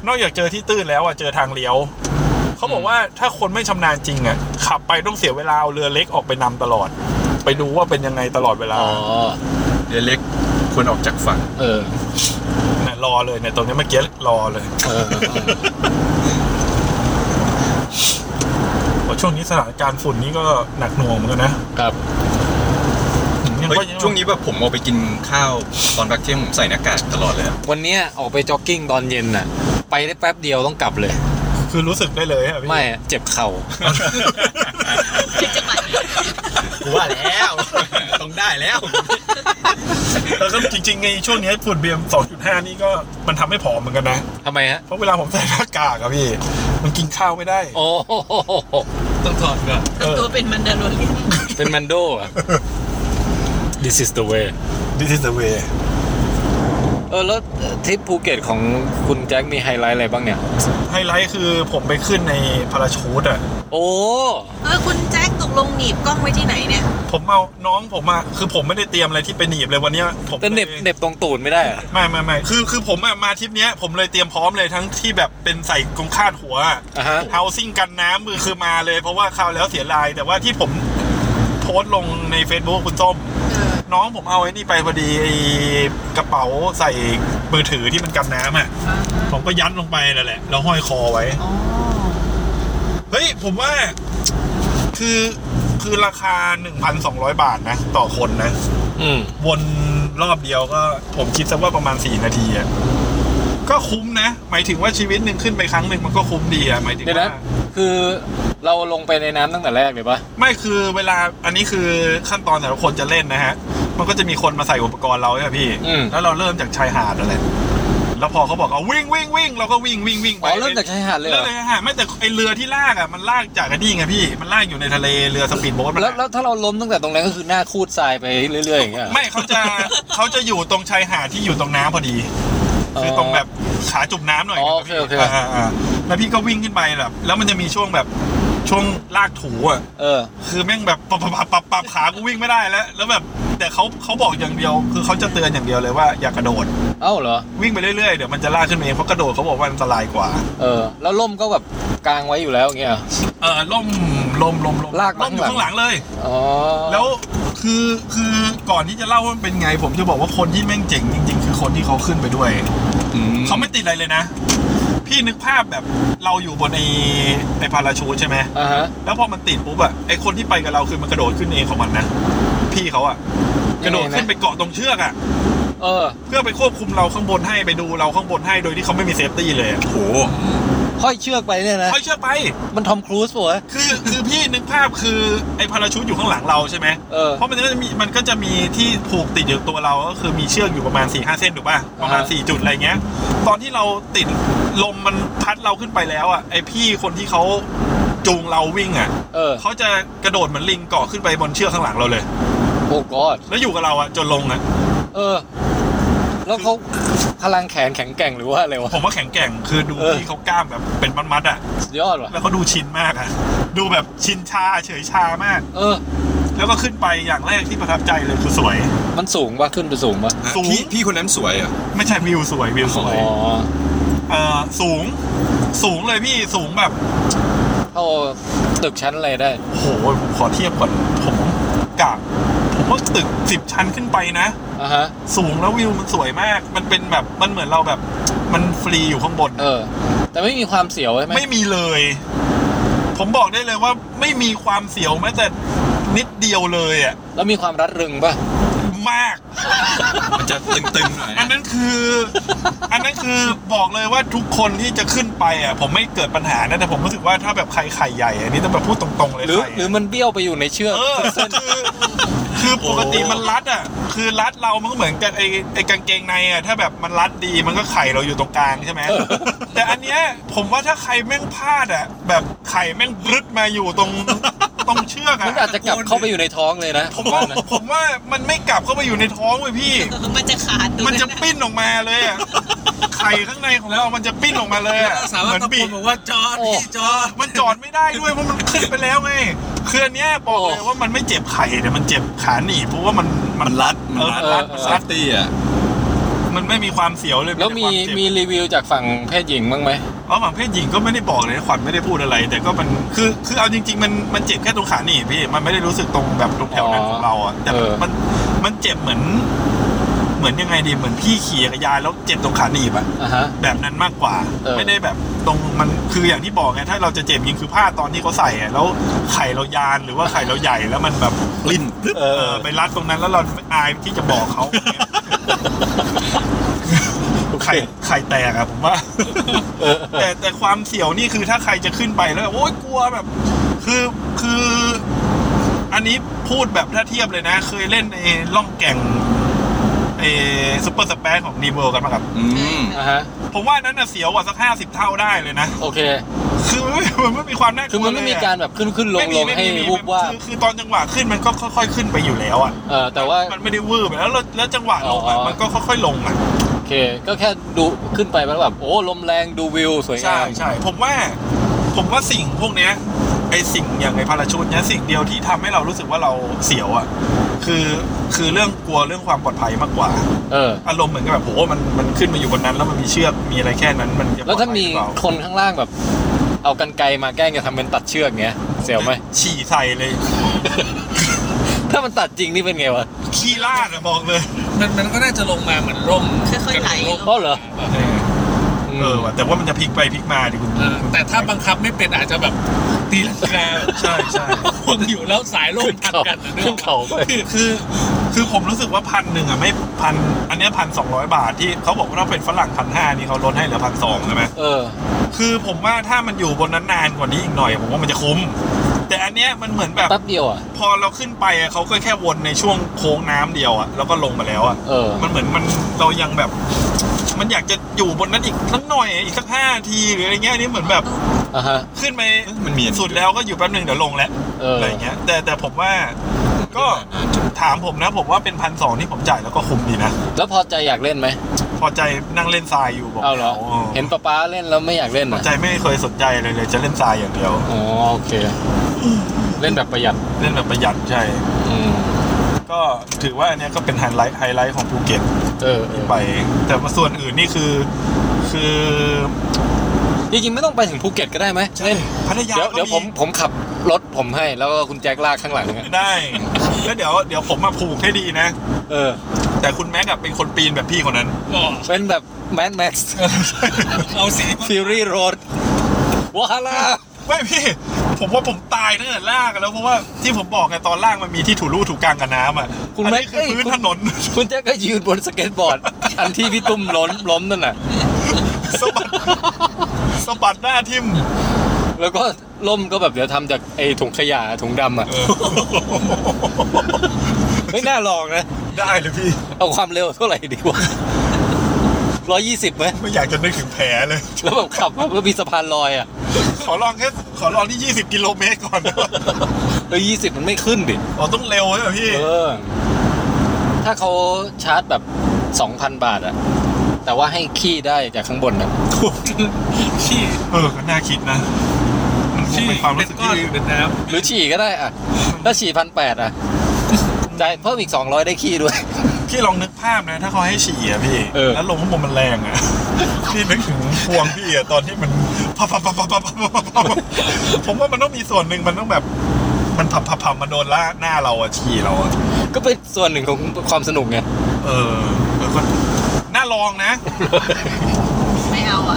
นอกจากเจอที่ตื้นแล้วอ่ะเจอทางเลี้ยวเขาบอกว่าถ้าคนไม่ชำนาญจริงอ่ะขับไปต้องเสียเวลาเอาเรือเล็กออกไปนำตลอดไปดูว่าเป็นยังไงตลอดเวลาอ๋อเรือเล็กควรออกจากฝั่งเออเนี่ยรอเลยเนี่ยตรงนี้เมื่อกี้รอเลยเออเพราะช่วงนี้สถานการณ์ฝุ่นนี่ก็หนักหน่วงเหมือนกันนะครับ ยังเฮ้ยก็ยังช่วงนี้แบบผมเอาไปกินข้าวตอนพักเที่ยงผมใส่หน้ากากตลอดเลยอะวันเนี้ยออกไปจ็อกกิ้งตอนเย็นน่ะ ไปได้แป๊บเดียวต้องกลับเลยคือรู้สึกได้เลยอะพี่ไม่อะเจ็บเข่าเป็นจังหวะกูว่าแล้วต้องได้แล้วแล้วก็จริงๆในช่วงนี้ฝุ่น พี เอ็ม สองจุดห้า นี่ก็มันทำให้ผอมเหมือนกันนะทำไมฮะเพราะเวลาผมใส่หน้ากากอะพี่มันกินข้าวไม่ได้โอ้โหต้องถอดก่อนเออตัวเป็นมันดาโลเรียนเป็นแมนโดอะ This is the way This is the way เออแล้วทริปภูเก็ตของคุณแจ็คมีไฮไลท์อะไรบ้างเนี่ยไฮไลท์คือผมไปขึ้นในพาราชูตอะโอ้เออคุณแจ็คตกลงหนีบกล้องไว้ที่ไหนเนี่ยผมเอาน้องผมอะคือผมไม่ได้เตรียมอะไรที่ไปหนีบเลยวันเนี้ยผมแต่เหน็บลยเหน็บตรงตูดไม่ได้อะไม่ไม่ไม่คือคือผมอะมาทริปเนี้ยผมเลยเตรียมพร้อมเลยทั้งที่แบบเป็นใส่กรงคาดหัวอ่ะฮะเฮาซิ่งกันน้ำมือคือมาเลยเพราะว่าคราวแล้วเสียลายแต่ว่าที่ผมโพสต์ลงใน Facebook คุณส้มเออน้องผมเอาไอ้นี่ไปพอดีไอ้กระเป๋าใส่มือถือที่มันกันน้ำอ่ะผมก็ยัดลงไปนั่นแหละแล้วห้อยคอไว้อ๋อเฮ้ยผมว่าคือคือราคา หนึ่งพันสองร้อย บาทนะต่อคนนะอืมวนรอบเดียวก็ผมคิดซะว่าประมาณสี่นาทีอ่ะก็คุ้มนะหมายถึงว่าชีวิตหนึ่งขึ้นไปครั้งหนึ่งมันก็คุ้มดีอ่ะหมายถึงเดี๋ยวนะว่าคือเราลงไปในน้ำตั้งแต่แรกเลยปะไม่คือเวลาอันนี้คือขั้นตอนแต่ละคนจะเล่นนะฮะมันก็จะมีคนมาใส่อุปกรณ์เราใช่ไหมพี่แล้วเราเริ่มจากชายหาดอะไรแล้วพอเขาบอกเอาวิ่งวิ่งวิ่งเราก็วิ่งวิ่งวิ่งไปอ๋อเริ่มจากชายหาดเลยเหรเริ่อมจากชายหาดไม่แต่ไอเรือที่ลากอ่ะมันลากจากไอ้นี่ไงพี่มันลากอยู่ในทะเลเรือสปีดโบ๊ทมันแล้วแล้วถ้าเราล้มตั้งแต่ตรงนั้นก็คือหน้าคูดทรายไปเรื่อยๆอย่างเงี้ยไม่เขาจะเขาจะอยู่ตรงชายหาดที่อยู่ตรงน้ำพอดีคือตรงแบบขาจุ่มน้ำหน่อยอ๋อนะโอเคโอเคอ่าอ่าแล้วพี่ก็วิ่งขึ้นไปแบบแล้วมันจะมีช่วงแบบช่วงลากถูอ่ะเออคือแม่งแบบปับปับปับปับปับขากูวิ่งไม่ได้แล้วแล้วแบบแต่เขาเขาบอกอย่างเดียวคือเขาจะเตือนอย่างเดียวเลยว่าอย่ากระโดดเอ้าเหรอวิ่งไปเรื่อยๆเดี๋ยวมันจะลากขึ้นเองเพราะกระโดดเขาบอกว่าอันตรายกว่าเออ แล้วล่มก็แบบกางไว้อยู่แล้วอย่างเงี้ยเออล่มลมลมลมลากล่มอยู่ข้างหลังข้างหลังเลยอ๋อแล้วคือคือก่อนที่จะเล่าว่ามันเป็นไง ผมจะบอกว่าคนที่แม่งเจ๋งจริงๆคือคนที่เขาขึ้นไปด้วยอืมเขาไม่ติดอะไรเลยนะ พี่นึกภาพแบบเราอยู่บนไอ้ไอ้พาราชูทใช่ไหมอ่าฮะแล้วพอมันติดปุ๊บอะไอ้คนที่ไปกับเราคือมันกระโดดขึ้นเองของมันนะพี่เขาอะกระโดดขึ้นไปเกาะตรงเชือกอะเออเพื่อไปควบคุมเราข้างบนให้ไปดูเราข้างบนให้โดยที่เขาไม่มีเซฟตี้เลยอะโหห้อยเชือกไปเนี่ยนะค่อยเชือกไปมันทอมครูซป่ะวะคือคือพี่นึกภาพคือไอ้พาราชูทอยู่ข้างหลังเราใช่ไหมเออเพราะมันก็จะมีมันก็จะมีที่ผูกติดอยู่ตัวเราก็คือมีเชือกอยู่ประมาณ สี่ห้า เส้นถูกป่ะประมาณอ่าฮะสี่จุดอะไรเงี้ยตอนที่เราติดลมมันพัดเราขึ้นไปแล้วอ่ะไอพี่คนที่เขาจูงเราวิ่งอ่ะเออเขาจะกระโดดเหมือนลิงเกาะขึ้นไปบนเชือกข้างหลังเราเลยโอ้กอดแล้วอยู่กับเราอ่ะจนลงอ่ะเออ แล้วเขาพลังแขนแข็งแกร่งหรือว่าอะไรวะผมว่าแข็งแกร่งคือดูเออที่เขากล้ามแบบเป็นมัดๆอ่ะสุดยอดว่ะแล้วเขาดูชินมากอ่ะดูแบบชินชาเฉยชามากเออแล้วก็ขึ้นไปอย่างแรกที่ประทับใจเลยคือสวยมันสูงปะขึ้นไปสูงปะสูงพี่พี่คนนั้นสวยเหรอ่ะไม่ใช่วิวสวยวิวสอ๋วยอเอ่อสูงสูงเลยพี่สูงแบบเอาตึกชั้นอะไรได้โหผมขอเทียบก่อนผมกะผมว่าตึกสิบชั้นขึ้นไปนะอ่ะฮะสูงแล้ววิวมันสวยมาก มันเป็นแบบมันเหมือนเราแบบมันฟรีอยู่ข้างบนเออ แต่ไม่มีความเสียวใช่ไหมไม่มีเลย ผมบอกได้เลยว่าไม่มีความเสียวแม้แต่นิดเดียวเลยอ่ะแล้วมีความรัดรึงปะมากมันจะตึงๆหน่อยอันนั้นคือ อันนั้นคือบอกเลยว่าทุกคนที่จะขึ้นไปอ่ะผมไม่เกิดปัญหานะแต่ผมรู้สึกว่าถ้าแบบใครไข่ใหญ่อันนี้ต้องแบบพูดตรงๆเลยหรือไข่ะหรือมันเบี้ยวไปอยู่ในเชือกเออคือคือปกติมันรัดอ่ะคือรัดเรามันก็เหมือนกับไอ้ไอ้กางเกงในอ่ะถ้าแบบมันรัดดีมันก็ไข่เราอยู่ตรงกลางใช่ไหมแต่อันเนี้ยผมว่าถ้าใครแม่งพลาดอ่ะแบบไข่แม่งบรึดมาอยู่ตรงตรงเชือกอ่ะมันอาจจะกลับเข้าไปอยู่ในท้องเลยนะผมว่าผมว่ามันไม่กลับเข้าไปอยู่ในท้องเลยพี่มันจะขาดตรงมันจะะปิ้นออกมาเลยอ่ะไข่ข้างในของเรามันจะปิ้นออกมาเลยอ่ะสามารถตะโกนบอกว่าจอดพี่จอดมันจอดไม่ได้ด้วยเพราะมันขึ้นไปแล้วไงคืออันเนี้ยบอกเลยว่ามันไม่เจ็บไข่แต่มันเจ็บขาหนีบเพราะว่ามันมันรัดเออมันรัดเซฟตี้อ่ะมันไม่มีความเสียวเลยแล้วมีมีรีวิวจากฝั่งเพศหญิงบ้างไหมอ๋อฝั่งเพศหญิงก็ไม่ได้บอกเลยขวัญไม่ได้พูดอะไรแต่ก็มันคือคือเอาจริงๆมันมันเจ็บแค่ตรงขาหนีบพี่มันไม่ได้รู้สึกตรงแบบตรงแถวนั้นของเราอ่ะแต่มันมันเจ็บเหมือนเหมือนยังไงดีเหมือนพี่ขี่จักรยานแล้วเจ็บตรงขาหนีบอ่ะแบบนั้นมากกว่าไม่ได้แบบตรงมันคืออย่างที่บอกไงถ้าเราจะเจ็บยิงคือผ้าตอนที่เขาใส่อ่ะแล้วไข่เรายานหรือว่าไข่เราใหญ่แล้วมันแบบลิ้นเออไปรัดตรงนั้นแล้วเราอายที่จะบอกเขาไข่ไข่แตกอะผมว่าแต่แต่ความเสียวนี่คือถ้าใครจะขึ้นไปแล้วโอ๊ยกลัวแบบคือคืออันนี้พูดแบบถ้าเทียบเลยนะเคยเล่นในล่องแก่งไอ้ซุปเปอร์สเปซของดีเวิลด์กันมาครับอืมอ่าฮะผมว่านั้นน่ะเสียวกว่าสักห้าสิบเท่าได้เลยนะโอเคคือมันไม่มีความน่ากลัวคือมันไม่มีการแบบขึ้นขึ้นลงลงให้วูบว่าคือตอนจังหวะขึ้นมันก็ค่อยๆขึ้นไปอยู่แล้วอ่ะเออแต่ว่ามันไม่ได้วืบแล้วแล้วจังหวะลงมันก็ค่อยๆลงอ่ะโอเคก็แค่ดูขึ้นไปแล้วแบบโอ้ลมแรงดูวิวสวยงามใช่ใช่ผมว่าผมว่าสิ่งพวกเนี้ยไอสิ่งอย่างไอพาราชูทเนี้ยสิ่งเดียวที่ทำให้เรารู้สึกว่าเราเสียวอ่ะคือคือเรื่องกลัวเรื่องความปลอดภัยมากกว่าเอออารมณ์เหมือนกับแบบโหมันมันขึ้นมาอยู่บนนั้นแล้วมันมีเชือกมีอะไรแค่นั้นมันแล้วถ้ามีคนข้างล่างแบบเอากรรไกรมาแกล้งจะทำเป็นตัดเชือกเงี้ยเสียวไหมฉี่ใส่เลยถ้ามันตัดจริงนี่เป็นไงวะขี้ลาดอะบอกเลยมันมันก็น่าจะลงมาเหมือนร่มค่อยๆไหลเพราะเหรอเออแต่ว่ามันจะพลิกไปพลิกมาดิคุณแต่ถ้าบังคับไม่เป็นอาจจะแบบตีลังกาใช่ใช่ควงอยู่แล้วสายล่มพันกันขึ้นเขาไปคือคือผมรู้สึกว่าพันหนึ่งอ่ะไม่พันอันนี้พันสองร้อยบาทที่เขาบอกว่าถ้าเป็นฝรั่งพันห้านี่เขาลดให้เหลือพันสองใช่ไหมเออคือผมว่าถ้ามันอยู่บนนั้นนานกว่านี้อีกหน่อยผมว่ามันจะคุ้มแต่อันเนี้ยมันเหมือนแบบแป๊บเดียวอ่ะพอเราขึ้นไปอ่ะเขาก็แค่วนในช่วงโค้งน้ำเดียวอ่ะแล้วก็ลงมาแล้วอ่ะเออมันเหมือนมันเรายังแบบมันอยากจะอยู่บนนั้นอีกสักหน่อยอีกสักห้าทีหรืออะไรเงี้ยนี่เหมือนแบบอ่าฮะขึ้นไปมันมีสุดแล้วก็อยู่แป๊บนึงเดี๋ยวลงแล้วอะไรเงี้ยแต่แต่ผมว่าก็ถามผมนะผมว่าเป็นพันสองที่ผมจ่ายแล้วก็คุ้มดีนะแล้วพอใจอยากเล่นไหมพอใจนั่งเล่นทรายอยู่บอกเอาเหรอเห็นป๊าป๊าเล่นแล้วไม่อยากเล่นพอใจไม่เคยสนใจเลยเลยจะเล่นทรายอย่างเดียวอ๋อโอเคเล่นแบบประหยัดเล่นแบบประหยัดใช่ก็ถือว่าอันนี้ก็เป็นไฮไลท์ไฮไลท์ของภูเก็ตเออไปแต่มาส่วนอื่นนี่คือคือจริงๆไม่ต้องไปถึงภูเก็ตก็ได้ไหมเล่นพัทยาเดี๋ยวเดี๋ยวผมผมขับรถผมให้แล้วก็คุณแจ็คลากข้างหลังได้แล้วเดี๋ยวเดี๋ยวผมมาผูกให้ดีนะเออแต่คุณแม็กกับเป็นคนปีนแบบพี่คนนั้นเป็นแบบแมนแม็กซ์เอาสีฟิวรี่โรดว้าล่ะไม่พี่ผมว่าผมตายตั้งแต่ล่างกันแล้วเพราะว่าที่ผมบอกไงตอนล่างมันมีที่ถูลู่ถูกลางกับน้ำอ่ะคุณแม็กคือพื้นถนนคุณแจ็คก็ยืนบนสเก็ตบอร์ดอันที่พี่ตุ้มล้มล้มนั่นน่ะสะบัดสะบัดหน้าทิ่มแล้วก็ล่มก็แบบเดี๋ยวทำจากไอ้ถุงขยะถุงดำอ่ะไม่น่าลองนะได้เลยพี่เอาความเร็วเท่าไหร่ดีวะร้อยยี่สิบไหมไม่อยากจะนึกถึงแผลเลยแล้วแบบขับแล้วมีสะพานลอยอ่ะขอลองแค่ขอลองที่ยี่สิบกิโลเมตรก่อนเออยี่สิบมันไม่ขึ้นดิอ๋อต้องเร็วใช่ไหมพี่เออถ้าเขาชาร์จแบบ สองพัน บาทอะแต่ว่าให้ขี้ได้จากข้างบนนะขี้เออก็น่าคิดนะมันคงเป็นความรู้สึกที่เป็นน้ำหรือฉี่ก็ได้อะถ้าฉี่ หนึ่งพันแปดร้อย อะจ่ายเพิ่มอีกสองร้อยได้ขี้ด้วยพี่ลองนึกภาพนะถ้าเขาให้ฉี่อะพี่แล้วลงข้างบนมันแรงอะพี่นึกถึงพวงพี่อะตอนที่มันพับพับพับพับพับผมว่ามันต้องมีส่วนหนึ่งมันต้องแบบมันพับพับพับมาโดนล่าหน้าเราอะฉี่เราอะก็เป็นส่วนหนึ่งของความสนุกไงเออก็น่าลองนะไม่เอาอะ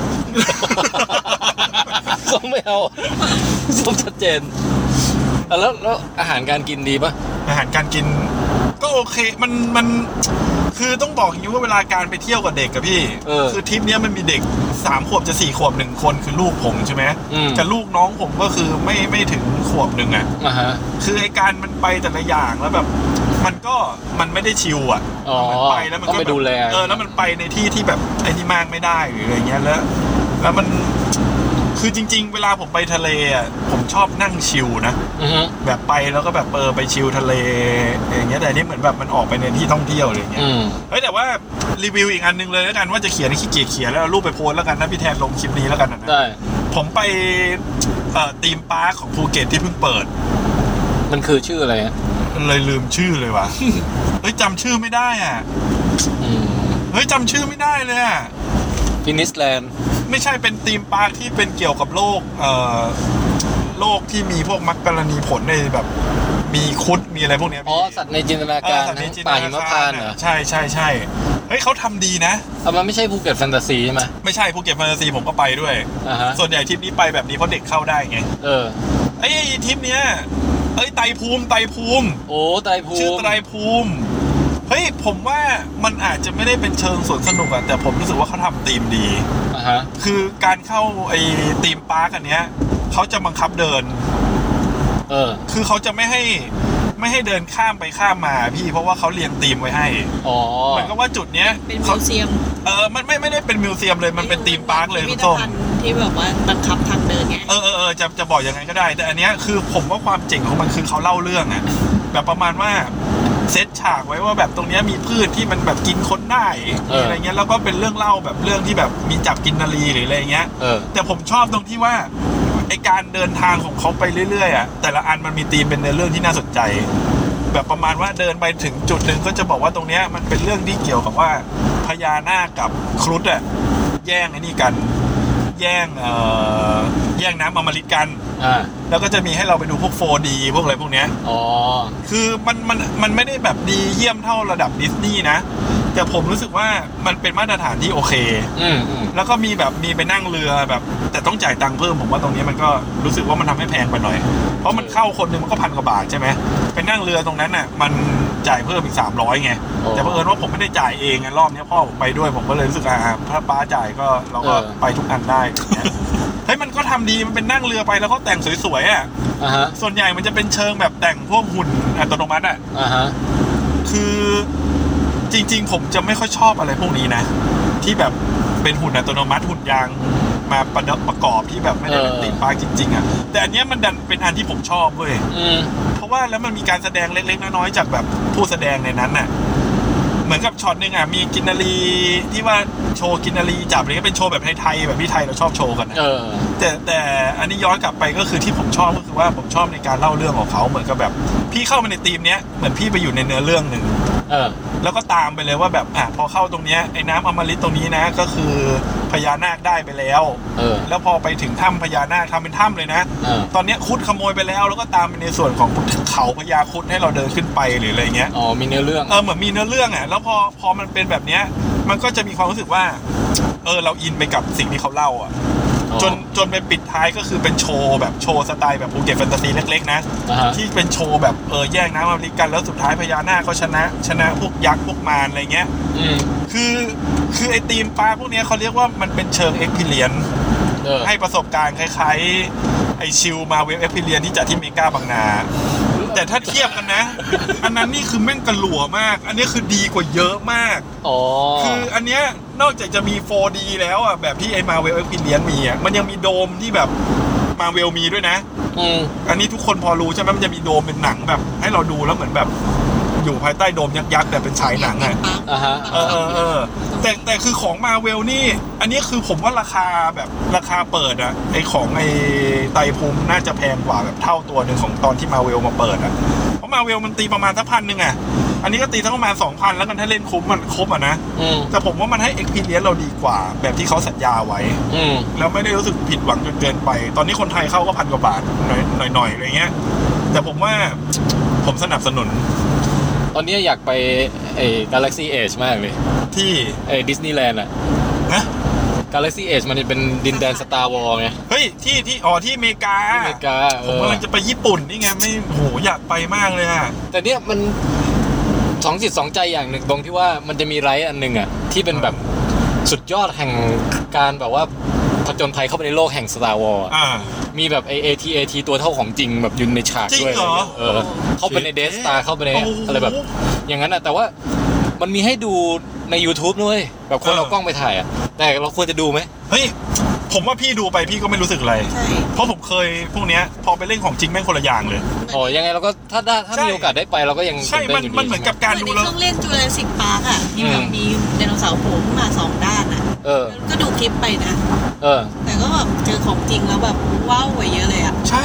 ส้มไม่เอาส้มชัดเจนแล้วแล้วอาหารการกินดีปะอาหารการกินก็โอเคมันมันคือต้องบอกอย่างนี้ว่าเวลาการไปเที่ยวกับเด็กกับพี่คือทริปนี้มันมีเด็กสามขวบจะสี่ขวบหนึ่งคนคือลูกผมใช่ไหมกับลูกน้องผมก็คือไม่ไม่ถึงขวบหนึ่งอ่ะคือไอการมันไปแต่ละอย่างแล้วแบบมันก็มันไม่ได้ชิลอ่ะมันไปแล้วมันก็ไปดูแลเออแล้วมันไปในที่ที่แบบไอ้นี่มากไม่ได้หรืออะไรเงี้ยแล้วแล้วมันคือจริงๆเวลาผมไปทะเลอ่ะผมชอบนั่งชิลนะแบบไปแล้วก็แบบเออไปชิลทะเลอย่างเงี้ยแต่นี่เหมือนแบบมันออกไปในที่ท่องเที่ยวอะไรเงี้ยเฮ้ยแต่ว่ารีวิวอีกอันนึงเลยแล้วกันว่าจะเขียนขี้เกียจเขียนแล้วรูปไปโพสแล้วกันนะพี่แทนลงคลิปนี้แล้วกันนะได้ผมไปเอ่อธีมพาร์คของภูเก็ตที่เพิ่งเปิดมันคือชื่ออะไรอ่ะเลยลืมชื่อเลยว่ะเฮ้ยจำชื่อไม่ได้อ่ะเเฮ้ยจำชื่อไม่ได้เลยอะฟินิชแลนด์ไม่ใช่เป็นธีมปาร์คที่เป็นเกี่ยวกับโลกเอ่อโลกที่มีพวกมรรคกรณีผลในแบบมีคุดมีอะไรพวกนี้อ๋อสัตว์ในจินตนาการป่าหิมพานต์เหรอใช่ใช่ใช่เฮ้ยเขาทำดีนะเอามันไม่ใช่ภูเก็ตแฟนตาซีใช่ไหมไม่ใช่ภูเก็ตแฟนตาซีผมก็ไปด้วยอ่าฮะส่วนใหญ่ทริปนี้ไปแบบนี้เพราะเด็กเข้าได้ไงเออไอ้ทริปเนี้ยเอ้ยไตรภูมิไตรภูมิโอ้ไตรภูมิชื่อไตรภูมิเฮ้ยผมว่ามันอาจจะไม่ได้เป็นเชิงสวนสนุกอะแต่ผมรู้สึกว่าเขาทำธีมดีอ่าฮะคือการเข้าไอ้ธีมปาร์คอันเนี้ยเขาจะบังคับเดินเออคือเขาจะไม่ให้ไม่ให้เดินข้ามไปข้ามมาพี่เพราะว่าเขาเรียงธีมไว้ให้อ๋อเหมือนกับว่าจุดเนี้ยเป็นมิวเซียมเออมันไม่ไม่ได้เป็นมิวเซียมเลยมันเป็นธีมปาร์คเลยคุณส้มที่แบบว่าบังคับทางเดินไงเออเออเออจะจะบอกยังไงก็ได้แต่อันเนี้ยคือผมว่าความเจ๋งของมันคือเขาเล่าเรื่องอะแบบประมาณว่าเซตฉากไว้ว่าแบบตรงนี้มีพืชที่มันแบบกินคนได้อะไรเงี้ยแล้วก็เป็นเรื่องเล่าแบบเรื่องที่แบบมีจับกินนารีหรืออะไรเงี้ยแต่ผมชอบตรงที่ว่าไอการเดินทางของเขาไปเรื่อยๆอ่ะแต่ละอันมันมีธีมเป็นเรื่องที่น่าสนใจแบบประมาณว่าเดินไปถึงจุดหนึ่งก็จะบอกว่าตรงนี้มันเป็นเรื่องที่เกี่ยวกับว่าพญานาคกับครุฑอ่ะแย่งไอ้นี่กันแย่งเอ่อแย่งน้ำอมฤตกันอ่าแล้วก็จะมีให้เราไปดูพวก โฟร์ ดี พวกอะไรพวกเนี้ยอ๋อคือมันมันมันไม่ได้แบบดีเยี่ยมเท่าระดับดิสนีย์นะแต่ผมรู้สึกว่ามันเป็นมาตรฐานที่โอเคอืมแล้วก็มีแบบมีไปนั่งเรือแบบแต่ต้องจ่ายตังค์เพิ่มผมว่าตรงนี้มันก็รู้สึกว่ามันทำให้แพงไปหน่อยเพราะมันเข้าคนนึงมันก็พันกว่าบาทใช่ไหมไปนั่งเรือตรงนั้นน่ะมันจ่ายเพิ่มอีกสามร้อยไงแต่เผอิญว่าผมไม่ได้จ่ายเองไงรอบนี้พ่อผมไปด้วยผมก็เลยรู้สึกอ่าถ้าป้าจ่ายก็เราก็ไปทุกอันได้เฮ้ยมันก็ทำดีมันเป็นนั่งเรือไปแล้วก็แต่งสวยๆอ่ะอ่าฮะส่วนใหญ่มันจะเป็นเชิงแบบแต่งพวกหุ่นอัตโนมัติอ่ะอ่าฮะคือจริงๆผมจะไม่ค่อยชอบอะไรพวกนี้นะที่แบบเป็นหุ่นอัตโนมัติหุ่นยางมาประประกอบที่แบบไม่ได้เป็นตีมปาร์คจริงๆอ่ะแต่อันเนี้ยมันดันเป็นอันที่ผมชอบเว้ยเพราะว่าแล้วมันมีการแสดงเล็กๆน้อยๆจากแบบผู้แสดงในนั้นน่ะเหมือนกับช็อตนึงอ่ะมีกินนารีที่ว่าโชว์กินนารีจับอะไรก็เป็นโชว์แบบไทยๆแบบที่ไทยเราชอบโชว์กันนะแต่แต่อันนี้ย้อนกลับไปก็คือที่ผมชอบก็คือว่าผมชอบในการเล่าเรื่องของเขาเหมือนกับแบบพี่เข้ามาในธีมเนี้ยเหมือนพี่ไปอยู่ในเนื้อเรื่องนึงแล้วก็ตามไปเลยว่าแบบอ่ะพอเข้าตรงเนี้ยไอ้น้ำอมฤตตรงนี้นะก็คือพญานาคได้ไปแล้วแล้วพอไปถึงถ้ำพญานาคทำเป็นถ้ำเลยนะตอนเนี้ยคุดขโมยไปแล้วแล้วก็ตามไปในส่วนของเขาพญาคุดให้เราเดินขึ้นไปหรืออะไรเงี้ยอ๋อมีเนื้อเรื่องเออเหมือนมีเนื้อเรื่องอ่ะแล้วพอพอมันเป็นแบบเนี้ยมันก็จะมีความรู้สึกว่าเออเราอินไปกับสิ่งที่เขาเล่าอ่ะจนจนไปปิดท้ายก็คือเป็นโชว์แบบโชว์สไตล์แบบภูเก็ตแฟนตาซีเล็กๆนะ uh-huh. ที่เป็นโชว์แบบเออแย่งน้ำอเมริกันแล้วสุดท้ายพญานาคเขาชนะชนะพวกยักษ์พวกมารอะไรเงี้ยคือคือไอธีมปาร์คพวกนี้เขาเรียกว่ามันเป็นเชิงเอ็กซ์เพรียนให้ประสบการณ์คล้ายๆไอชิลมาเวลเอ็กซ์เพรียนที่จัดที่เมกาบางนาแต่ถ้าเทียบกันนะอันนั้นนี่คือแม่งกระหลัวมากอันนี้คือดีกว่าเยอะมากอ๋อคืออันเนี้ยนอกจากจะมี โฟร์ ดี แล้วอ่ะแบบที่ไอ้ Marvel Experience มีอ่ะมันยังมีโดมที่แบบ Marvel มีด้วยนะอืมอันนี้ทุกคนพอรู้ใช่ไหมมันจะมีโดมเป็นหนังแบบให้เราดูแล้วเหมือนแบบอยู่ภายใต้โดมยักษ์ๆแต่เป็นฉายหนังอ่ะอ่าฮะเออเออแต่แต่คือของ Marvel นี่อันนี้คือผมว่าราคาแบบราคาเปิดอ่ะไอ้ของไอ้ไตรภูมิน่าจะแพงกว่าแบบเท่าตัวนึงของตอนที่ Marvel มาเปิดอ่ะเพราะ Marvel มันตีประมาณสักพันนึงอ่ะอันนี้ก็ตีทั้งประมาณ สองพัน แล้วกันถ้าเล่นคุ้มมันครบอ่ะนะแต่ผมว่ามันให้ experience เราดีกว่าแบบที่เขาสัญญาไว้แล้วไม่ได้รู้สึกผิดหวังจนเกินไปตอนนี้คนไทยเข้าก็พันกว่าบาทหน่อยๆอะไรเงี้ยแต่ผมว่าผมสนับสนุนตอนนี้อยากไปไอ้ Galaxy Edge มากเลยที่ไอ้ดิสนีย์แลนด์อ่ะฮะ Galaxy Edge มันเป็นดินแดน Star Wars ไงเฮ้ยที่ที่อ๋อที่อเมริกาที่อเมริกาผมกำลังจะไปญี่ปุ่นนี่ไงไม่โหอยากไปมากเลยอ่ะแต่เนี้ยมันสองจิตสองใจอย่างหนึ่งตรงที่ว่ามันจะมีไรด์อันนึงอ่ะที่เป็นแบบสุดยอดแห่งการแบบว่าผจญภัยเข้าไปในโลกแห่ง Star Wars อ่ามีแบบ เอ เอ ที เอ ที ตัวเท่าของจริงแบบอยู่ในฉากด้วยเออเข้าไปใน Death Star เข้าไปในอะไรแบบอย่างนั้นอ่ะแต่ว่ามันมีให้ดูใน YouTube ด้วยแบบคนเอากล้องไปถ่ายอ่ะแต่เราควรจะดูไหมเฮ้ยผมว่าพี่ดูไปพี่ก็ไม่รู้สึกอะไรเพราะผมเคยพวกเนี้ยพอไปเล่นของจริงแม่งคนละอย่างเลยอ๋อยังไงเราก็ถ้าได้ถ้ามีโอกาสได้ไปเราก็ยังใช่มันมันเหมือนกับการดูแล้วเครื่องเล่นจูราสสิคพาร์คอ่ะที่แบบมีไดโนเสาร์โผล่ขึ้นมาสองด้านอ่ะเออก็ดูคลิปไปนะเออแต่ก็แบบเจอของจริงแล้วแบบว้าวกว่าเยอะเลยอ่ะใช่เอ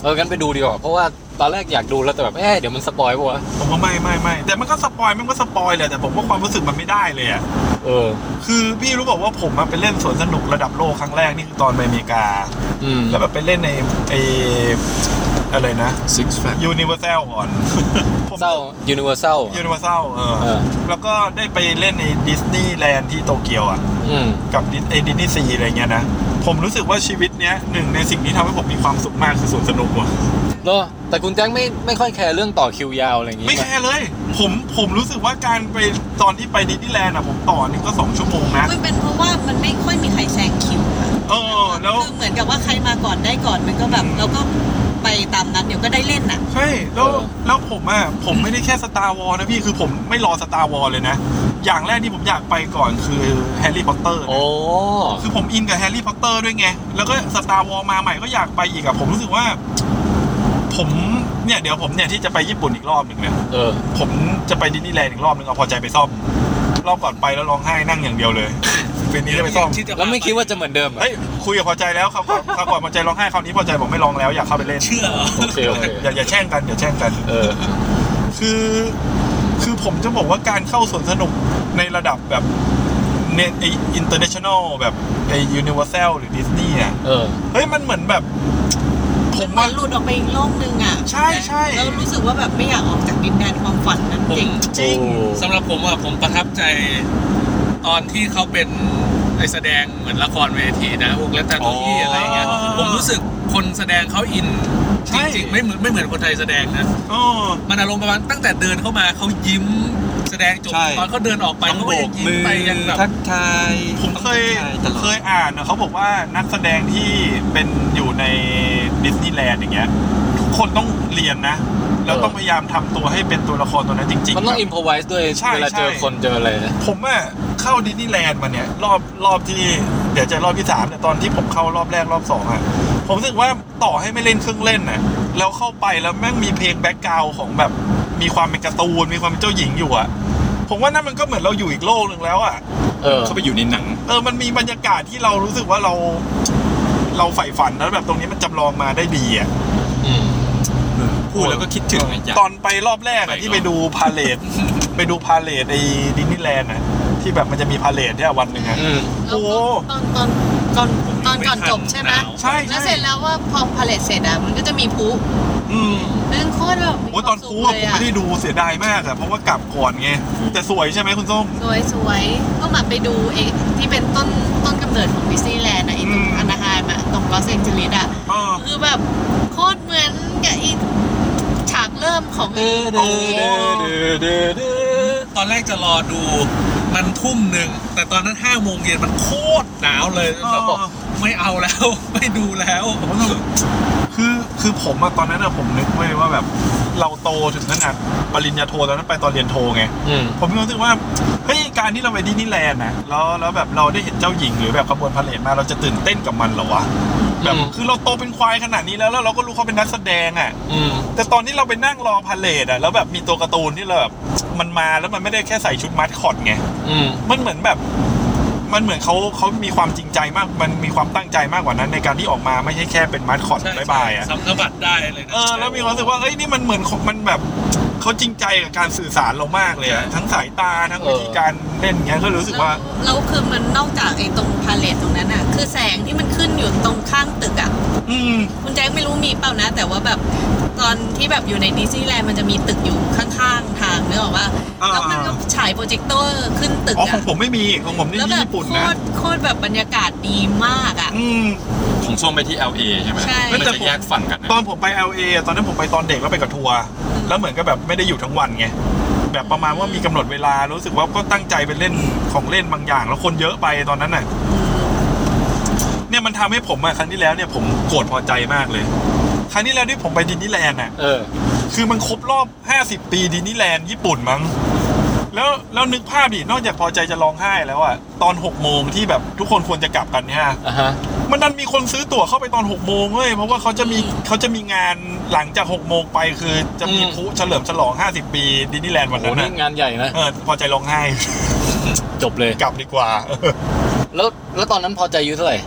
องั้นไปดูดีกว่าเพราะว่าตอนแรกอยากดูแล้วแต่แบบเอ๊ะเดี๋ยวมันสปอยล์ป่ะวะผมว่าไม่ไม่ไม่แต่มันก็สปอยมันก็สปอยแหละแต่ผมว่าความรู้สึกมันไม่ได้เลยอ่ะเออคือพี่รู้บอกว่าผมมาไปเล่นสวนสนุกระดับโลกครั้งแรกนี่คือตอนไปอเมริกาอืมแล้วแบบไปเล่นในไออะไรนะ Six Flags Universal ก่อนเศร้า Universal Universal เออเออแล้วก็ได้ไปเล่นในดิสนีย์แลนด์ที่โตเกียวอ่ะอืมกับดิสไอดิสนีย์ซีอะไรเงี้ยนะผมรู้สึกว่าชีวิตเนี้ยหนึ่งในสิ่งที่ทำให้ผมมีความสุขมากคือสวนสนุกว่ะเนอะแต่คุณแจ็คไม่ไม่ค่อยแคร์เรื่องต่อคิวยาวอะไรอย่างงี้ไม่แคร์เลย ผมผมรู้สึกว่าการไปตอนที่ไปดิสนีย์แลนด์อ่ะผมต่อนี่ก็สองชั่วโมงนะมันเป็นเพราะว่ามันไม่ค่อยมีใครแซงคิวอะเออแล้วคือเหมือนกับว่าใครมาก่อนได้ก่อนมันก็แบบเราก็ไปตามนั้นเดี๋ยวก็ได้เล่นน่ะใช่แล้วแล้วผมอ่ะผมไม่ได้แค่สตาร์วอลนะพี่คือผมไม่รอสตาร์วอลเลยนะอย่างแรกที่ผมอยากไปก่อนคือแฮร์รี่พอตเตอร์โอ้คือผมอินกับแฮร์รี่พอตเตอร์ด้วยไงแล้วก็สตาร์วอลมาใหม่ก็อยากไปอีกอะผมรู้สึกว่า ผมเนี่ยเดี๋ยวผมเนี่ยที่จะไปญี่ปุ่นอีกรอบหนึ่งเนี่ยเออผมจะไปดิสนีย์แลนด์อีกรอบหนึ่งเอาพอใจไปซ่อมรอบก่อนไปแล้วร้องไห้นั่งอย่างเดียวเลยปีนี้จะไปซ่อมแล้วไม่คิดว่าจะเหมือนเดิมอ่ะเฮ้ยคุยกับพอใจแล้วครับคราวก่อนพอใจร้องไห้คราวนี้พอใจบอกไม่ร้องแล้วอยากเข้าไปเล่นเชื่อเหรอโอเคโอเคอย่าอย่าแช่งกันอย่าแช่งกันเออคือคือผมจะบอกว่าการเข้าสวนสนุกในระดับแบบเนไออินเตอร์เนชั่นแนลแบบไอยูนิเวอร์แซลหรือดิสนีย์อ่ะเออเฮ้ยมันเหมือนแบบผมมัว่านหลุดออกไปอีกโลกนึงอ่ะใช่ใช่แล้วรู้สึกว่าแบบไม่อยากออกจากดินแดนความฝันนั้นจริงจริงสำหรับผมอะผมประทับใจตอนที่เขาเป็นไอแสดงเหมือนละครเวทีนะพวกเลตตาทีอะไรเงี้ยอ๋อผมรู้สึกคนแสดงเขาอินใช่จริงๆไม่เหมือนไม่เหมือนคนไทยแสดงนะอ๋อมันอารมณ์ประมาณตั้งแต่เดินเข้ามาเขายิ้มแสดงจบใช่ตอนเขาเดินออกไปต้องเขาโบก็ยักงยิ้มมือไปยังแบบทักทายผมเคยทักทายตลอดเคยอ่านนะเขาบอกว่านักแสดงที่เป็นอยู่ในดิสนีย์แลนด์อย่างเงี้ยทุกคนต้องเรียนนะ แล้วต้องพยายามทำตัวให้เป็นตัวละครตัวนั้นจริงๆมันต้องแบบอิมพอไวส์ด้วยใช่เวลาเจอใช่คนเจออะไรนะผมอะเข้าดิสนีย์แลนด์มาเนี่ยรอบรอบที่เดี๋ยวจะรอบที่สามแต่ตอนที่ผมเข้ารอบแรกรอบสองอะผมรู้สึกว่าต่อให้ไม่เล่นเครื่องเล่นน่ะแล้วเข้าไปแล้วแม่งมีเพลงแบ็กกราวด์ของแบบมีความเป็นการ์ตูนมีความเป็นเจ้าหญิงอยู่อะผมว่านั่นมันก็เหมือนเราอยู่อีกโลกหนึ่งแล้วอะเออเข้าไปอยู่ในหนังเออมันมีบรรยากาศที่เรารู้สึกว่าเราเราใฝ่ฝันแล้วแบบตรงนี้มันจำลองมาได้ดีอะอืมพูดแล้วก็คิดถึงไอ้อยากตอนไปรอบแรกอะที่ไปดูพาเลท ไปดูพาเลทไอ้ดิสนีย์แลนด์อะที่แบบมันจะมีพาเลทเนี่ยวันหนึ่งอะอืมๆโอ้ตอนตอนตอนตอนก่อนจบใช่ไหมใช่แล้วใช่เสร็จแล้วว่าพอพาเลทเสร็จอ่ะมันก็จะมีพลุอืมเรื่องโคตรแบบมีโอ้ยตอนวามคูสุขอะเลผมยไม่ได้ดูเสียดายมากอะเพราะว่ากลับก่อนไงแต่สวยใช่ไหมคุณส้มสวยสวยก็แบบไปดูเอกที่เป็นต้นต้นกำเนิดของดิสนีย์แลนด์อะไอ้ตรงอืมอนาไฮามอะตรงลอสแองเจลิสอะเออคือแบบโคตรเหมือนกับอีฉากเริ่มของเด้อเด้อเด้อเด้อเด้อเด้อตอนแรกจะรอดูมันทุ่มหนึ่งแต่ตอนนั้นห้าโมงเย็นมันโคตรหนาวเลยเราบอกไม่เอาแล้ว ไม่ดูแล้วผมรู้สึกคือคือผมอะตอนนั้นอะผมนึกไว้ว่าแบบเราโตถึงขนาดปริญญาโทตอนนั้นไปตอนเรียนโทไงอืมผมมีความรู้สึกว่าเฮ้ยการที่เราไปดิสนีย์แลนด์นะแล้วแล้วแบบเราได้เห็นเจ้าหญิงหรือแบบขบวนพาเหรดมาเราจะตื่นเต้นกับมันเหรอวะแบบอืมคือเราโตเป็นควายขนาดนี้แล้วแล้วเราก็รู้เขาเป็นนักแสดงอะอืมแต่ตอนที่เราไปนั่งรอพาเลทอะแล้วแบบมีตัวการ์ตูนที่เราแบบมันมาแล้วมันไม่ได้แค่ใส่ชุดมัสคอตไงอืมมันเหมือนแบบมันเหมือนเขาเขามีความจริงใจมากมันมีความตั้งใจมากกว่านั้นในการที่ออกมาไม่ใช่แค่เป็นมัสคอตใช่บายบายอะสัมผัสได้เลยนะเออแล้วมีความรู้สึกว่าเอ้ยนี่มันเหมือนมันแบบเขาจริงใจกับการสื่อสารเรามากเลยอะทั้งสายตาทั้งวิธีการเล่นเงี้ยก็รู้สึกว่าแล้วคือมันนอกจากไอ้ตรงพาเลทตรงนั้นอะคือแสงที่มันขึ้นอยู่ตรงข้างตึกอะอืมคุณแจ็คไม่รู้มีเปล่านะ แต่ว่าแบบตอนที่แบบอยู่ในดิสนีย์แลนด์มันจะมีตึกอยู่ข้างๆทางนึกออกว่าอ่าแล้วมันก็ฉายโปรเจคเตอร์ขึ้นตึกอ๋อขออะงผมไม่มีของผมนี่แล้วแบบญี่ปุ่นโคนะตรโคตรแบบบรรยากาศดีมากอะอืมของส้มไปที่ แอล เอ ใช่ไหมใช่มันจะแยกฝั่งกันนะตอนผมไป แอล เอ ตอนนั้นผมไปตอนเด็กแล้วไปกับทัวร์แล้วเหมือนกับแบบไม่ได้อยู่ทั้งวันไงแบบประมาณว่ามีกำหนดเวลารู้สึกว่าก็ตั้งใจไปเล่นของเล่นบางอย่าง แล้วคนเยอะไปตอนนั้นน่ะเนี่ยมันทำให้ผมอะครั้งที่แล้วเนี่ยผมโกรธพอใจมากเลยครั้งที่แล้วที่ผมไปดิสนีย์แลนด์น่ะเออคือมันครบรอบห้าสิบปีดิสนีย์แลนด์ญี่ปุ่นมั้งแล้วแล้วนึกภาพดินอกจากพอใจจะร้องไห้แล้วอะตอนหกโมงที่แบบทุกคนควรจะกลับกันเนี่ยอ่ะฮะมันดันมีคนซื้อตั๋วเข้าไปตอนหกโมงเว้ยเพราะว่าเขาจะมีเขาจะมีงานหลังจากหกโมงไปคือจะมีอืมพลุเฉลิมฉลองห้าสิบปีดิสนีย์แลนด์วันโหนั้นนี่นะงานใหญ่นะเออพอใจร้องไห้จบเลยกลับดีกว่าแล้วแล้วตอนนั้นพอใจอายุเท่าไหร่โห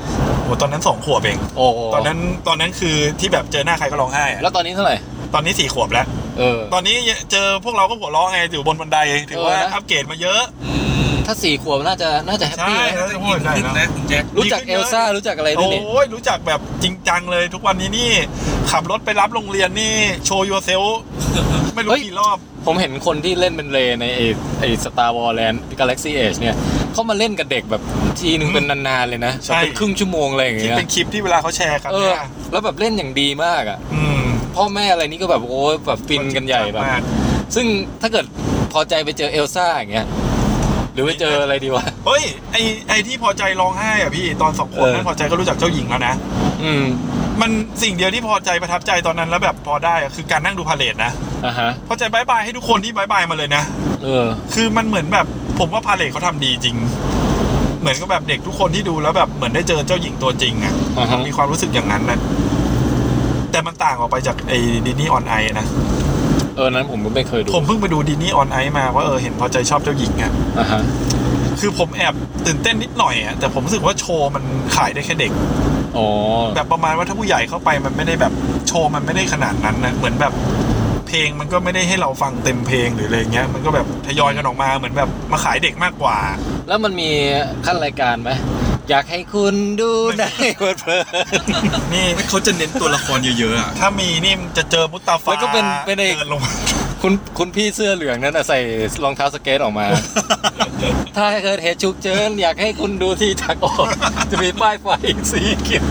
หตอนนั้นสองขวบเองโอ้ตอนนั้นตอนนั้นคือที่แบบเจอหน้าใครก็ร้องไห้อะแล้วตอนนี้เท่าไหร่ตอนนี้สี่ขวบแล้วเออตอนนี้เจอพวกเราก็หัวเราะไงอยู่บนบันไดถือว่าเออนะอัปเกรดมาเยอะถ้าสี่ขวบน่าจะน่าจะแฮปปี้ใช่นะแล้วจะพูดได้ขึ้นนะนะคุณแจ็ครู้จักเอลซ่ารู้จักอะไรด้วยนี่โอ้ยรู้จักแบบจริงจังเลยทุกวันนี้นี่ขับรถไปรับโรงเรียนนี่โชว์ยูเซลไม่รู้กี่รอบผมเห็นคนที่เล่นเป็นเลในไอ้ไอ้ Star Wars Land Galaxy Edge เนี่ยเขามาเล่นกับเด็กแบบทีนึงเป็นนานๆเลยนะใช่แบบเป็นครึ่งชั่วโมงอะไรอย่างที่เงี้ยเป็นคลิปที่เวลาเขาแชร์กันเออเนี่ยแล้วแบบเล่นอย่างดีมากอ่ะอืมพ่อแม่อะไรนี่ก็แบบโอ้ยแบบฟินกันใหญ่แบบมากซึ่งถ้าเกิดพอใจไปเจอเอลซ่าอย่างเงี้ยหรือไปเจออะไรดีวะเฮ้ยไอไอที่พอใจร้องไห้อ่ะพี่ตอนสองคนเออนั้นพอใจก็รู้จักเจ้าหญิงแล้วนะอืมมันสิ่งเดียวที่พอใจประทับใจตอนนั้นแล้วแบบพอได้อะคือการนั่งดูพาเลทนะอ่ะฮะพอใจบายบายให้ทุกคนที่บายบายมาเลยนะเออคือมันเหมือนแบบผมว่าพาเลทเขาทำดีจริง เหมือนกับแบบเด็กทุกคนที่ดูแล้วแบบเหมือนได้เจอเจ้าหญิงตัวจริงอ่ะอ่าฮะมีความรู้สึกอย่างนั้นนะแต่มันต่างออกไปจากไอ้ดิสนีย์ออนไอนะเออนั้นผมก็ไม่เคยดูผมเพิ่งไปดูดิสนีย์ออนไอมาว่าเออเห็นพอใจชอบเจ้าหญิงอ่ะอ่ะฮะคือผมแอบตื่นเต้นนิดหน่อยอ่ะแต่ผมรู้สึกว่าโชว์มันขายได้แค่เด็กอ๋อแบบประมาณว่าถ้าผู้ใหญ่เข้าไปมันไม่ได้แบบโชว์มันไม่ได้ขนาดนั้นนะเหมือนแบบเพลงมันก็ไม่ได้ให้เราฟังเต็มเพลงหรืออะไรเงี้ยมันก็แบบทยอยกันออกมาเหมือนแบบมาขายเด็กมากกว่าแล้วมันมีขั้นรายการไหมอยากให้คุณดูในเพลินนี่เขาจะเน้นตัวละครเยอะๆอ่ะถ้ามีนี่จะเจอมุตตาฟาแล้วก็เป็นเป็นไอ้ดินลงมาคุณคุณพี่เสื้อเหลืองนั้นน่ะใส่รองเท้าสเกตออกมา ถ้าเกิดเหตุฉุกเฉินอยากให้คุณดูที่ทางออกจะมีป้ายไฟสีเขียว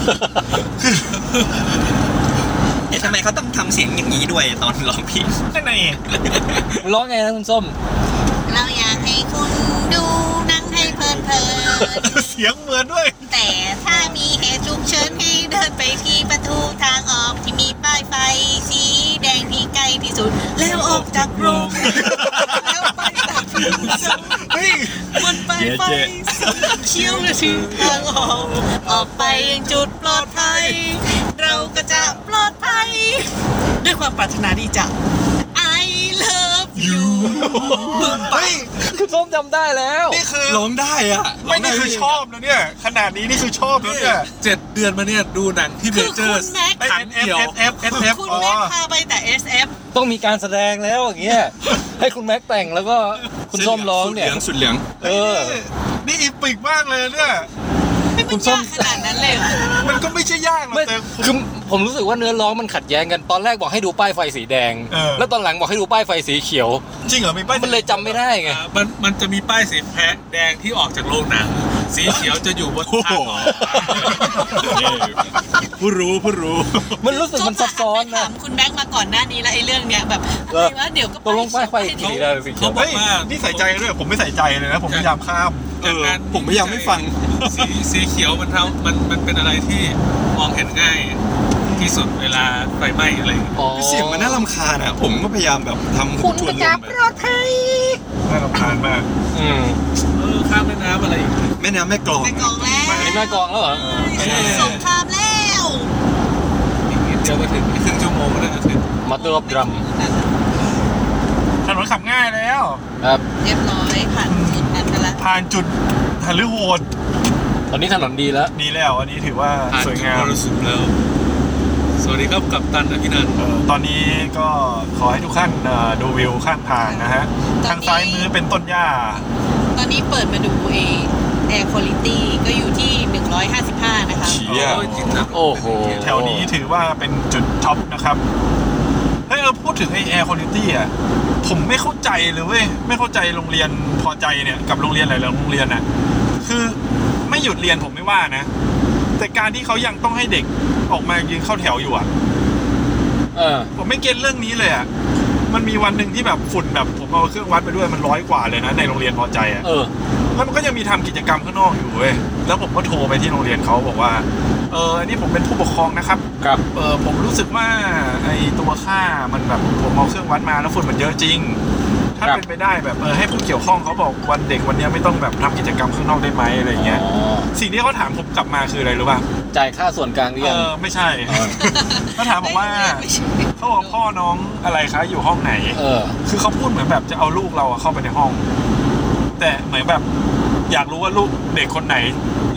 เอ๊ะทำไมเขาต้องทำเสียงอย่างนี้ด้วยตอนร้องเพลงข้างในร้องไงนะคุณส้มเราอยากให้คุณดูหนังให้เพลินเพลินเสียงเหมือนด้วยแต่ถ้ามีเหตุฉุกเฉินให้เดินไปที่ประตูทางออกที่มีป้ายไฟสีแดงที่ใกล้ที่สุด แล้วออกจากโรงแล้วไปตัดผิวเฮ้ยบนป้ายไฟสีเขียวและชื่อทางออกออกไปยังจุดปลอดภัย เราก็จะปลอดภัย ด้วยความปรารถนาดีจาก I love you เฮ้ยคุณส้มจำได้แล้วนี่คือร้องได้อ่ะไม่นี่คือชอบนะเนี่ยขนาดนี้นี่คือชอบแล้วเนี่ยเจ็ดเดือนมาเนี่ยดูหนังที่เมคือเจอคุร์ณแม็กไอ้ครั้งเอฟเดียวเอฟเอฟเอฟเอฟคุณอ๋อแม็กพาไปแต่ เอส เอฟต้องมีการแสดงแล้วอย่างเงี้ยให้คุณแม็กแต่งแล้วก็คุณส้มร้องเนี่ยสุดเหลืองเออนี่อีปิกมากเลยเนี่ยคุณส้มขนาดนั้นเลยเหรอมันก็ไม่ใช่ยากหรอกไม่แต่คือผมรู้สึกว่าเนื้อร้องมันขัดแย้งกันตอนแรกบอกให้ดูป้ายไฟสีแดงเออแล้วตอนหลังบอกให้ดูป้ายไฟสีเขียวจริงเหรอมีป้ายมันเลยจำไม่ได้ไงอ่ามันมันจะมีป้ายสีแพะแดงที่ออกจากโรงหนัง สีเขียวจะอยู่บนทางออกผู้รู้ผู้รู้มันรู้สึกมันซับซ้อนนะถามคุณแม็กมาก่อนหน้านี้แล้วไอ้เรื่องเนี้ยแบบเออะอไรวะเดี๋ยวก็ตกลงป้ายไฟสีแดงหรือสีเขียวเขาบอเฮ้กยว่านี่ใส่ใจด้วยผมไม่ใส่ใจเลยนะผมพยายามข้ามเออผมพยายามไม่ฟังสีสีเขียวมันทำมันมันเป็นอะไรที่มองเห็นง่ายที่สุดเวลาไฟไหม้อะไรอย่างเงี้ยอ๋อเสียงมันน่ารำคาญอ่ะ ผมก็พยายามแบบทำหูชวนลมไปน่ารำคาญมากอืมเออข้ามแม่น้ำอะไรอีกแม่น้ำแม่กลองไปกองแล้วอันนี้แม่กลองแล้วเหรอสงครามแล้วอีกนิดเดียวก็ถึงอีกครึ่งชั่วโมงก็น่าจะถึงมาตัวรับดรัมถนนขับง่ายแล้วครับเรียบร้อยผ่านจุดนั้นไปแล้วผ่านจุดหันหรือโหดตอนนี้ถนนดีแล้วดีแล้วอันนี้ถือว่าผ่านสวยจุดงามมรสุมแล้ว สวัสดีครับกัปตันอภินันท์เอ่อตอนนี้ก็ขอให้ทุกท่านเอ่อดูวิวข้างทางนะฮะ ทางซ้ายมือเป็นต้นหญ้าตอนนี้เปิดมาดูเอ Air Quality ก็อยู่ที่หนึ่งร้อยห้าสิบห้านะคะเชี่ยโอ้ยจริงนะโอ้โหแถวนี้ถือว่าเป็นจุดท็อปนะครับ เฮ้ยเออพูดถึงไอแอร์คุณภาพอ่ะ ผมไม่เข้าใจเลยเว้ย ไม่เข้าใจโรงเรียนพอใจเนี่ยกับโรงเรียนหลายๆโรงเรียนอ่ะ คือไม่หยุดเรียนผมไม่ว่านะ แต่การที่เขายังต้องให้เด็กออกมายืนเข้าแถวอยู่อ่ะเออผมไม่เก็ตเรื่องนี้เลยอ่ะ มันมีวันหนึ่งที่แบบฝุ่นแบบผมเอาเครื่องวัดไปด้วยมันร้อยกว่าเลยนะในโรงเรียนพอใจอ่ะเออแล้วมันก็ยังมีทำกิจกรรมข้างนอกอยู่เว้ย แล้วผมก็โทรไปที่โรงเรียนเขาบอกว่า เออนี่ผมเป็นผู้ปกครองนะครับครับเออผมรู้สึกว่าไอตัวค่ามันแบบผมเอาเครื่องวัดมาแล้วฝุ่นมันเยอะจริง ถ้าครับเป็นไปได้แบบเออให้ผู้เกี่ยวข้องเขาบอกวันเด็กวันนี้ไม่ต้องแบบทำกิจกรรมข้างนอกได้ไหมอะไรเงี้ยอ๋อสิ่งที่เขาถามผมกลับมาคืออะไรรู้ป่ะจ่ายค่าส่วนกลางหรือเอยังอไม่ใช่เออเขาถามบอกว่าเขาบอกพ่อน้องอะไรคะอยู่ห้องไหนเออคือเขาพูดเหมือนแบบจะเอาลูกเราอะเข้าไปในห้อง แต่เหมือนแบบอยากรู้ว่าลูกเด็กคนไหน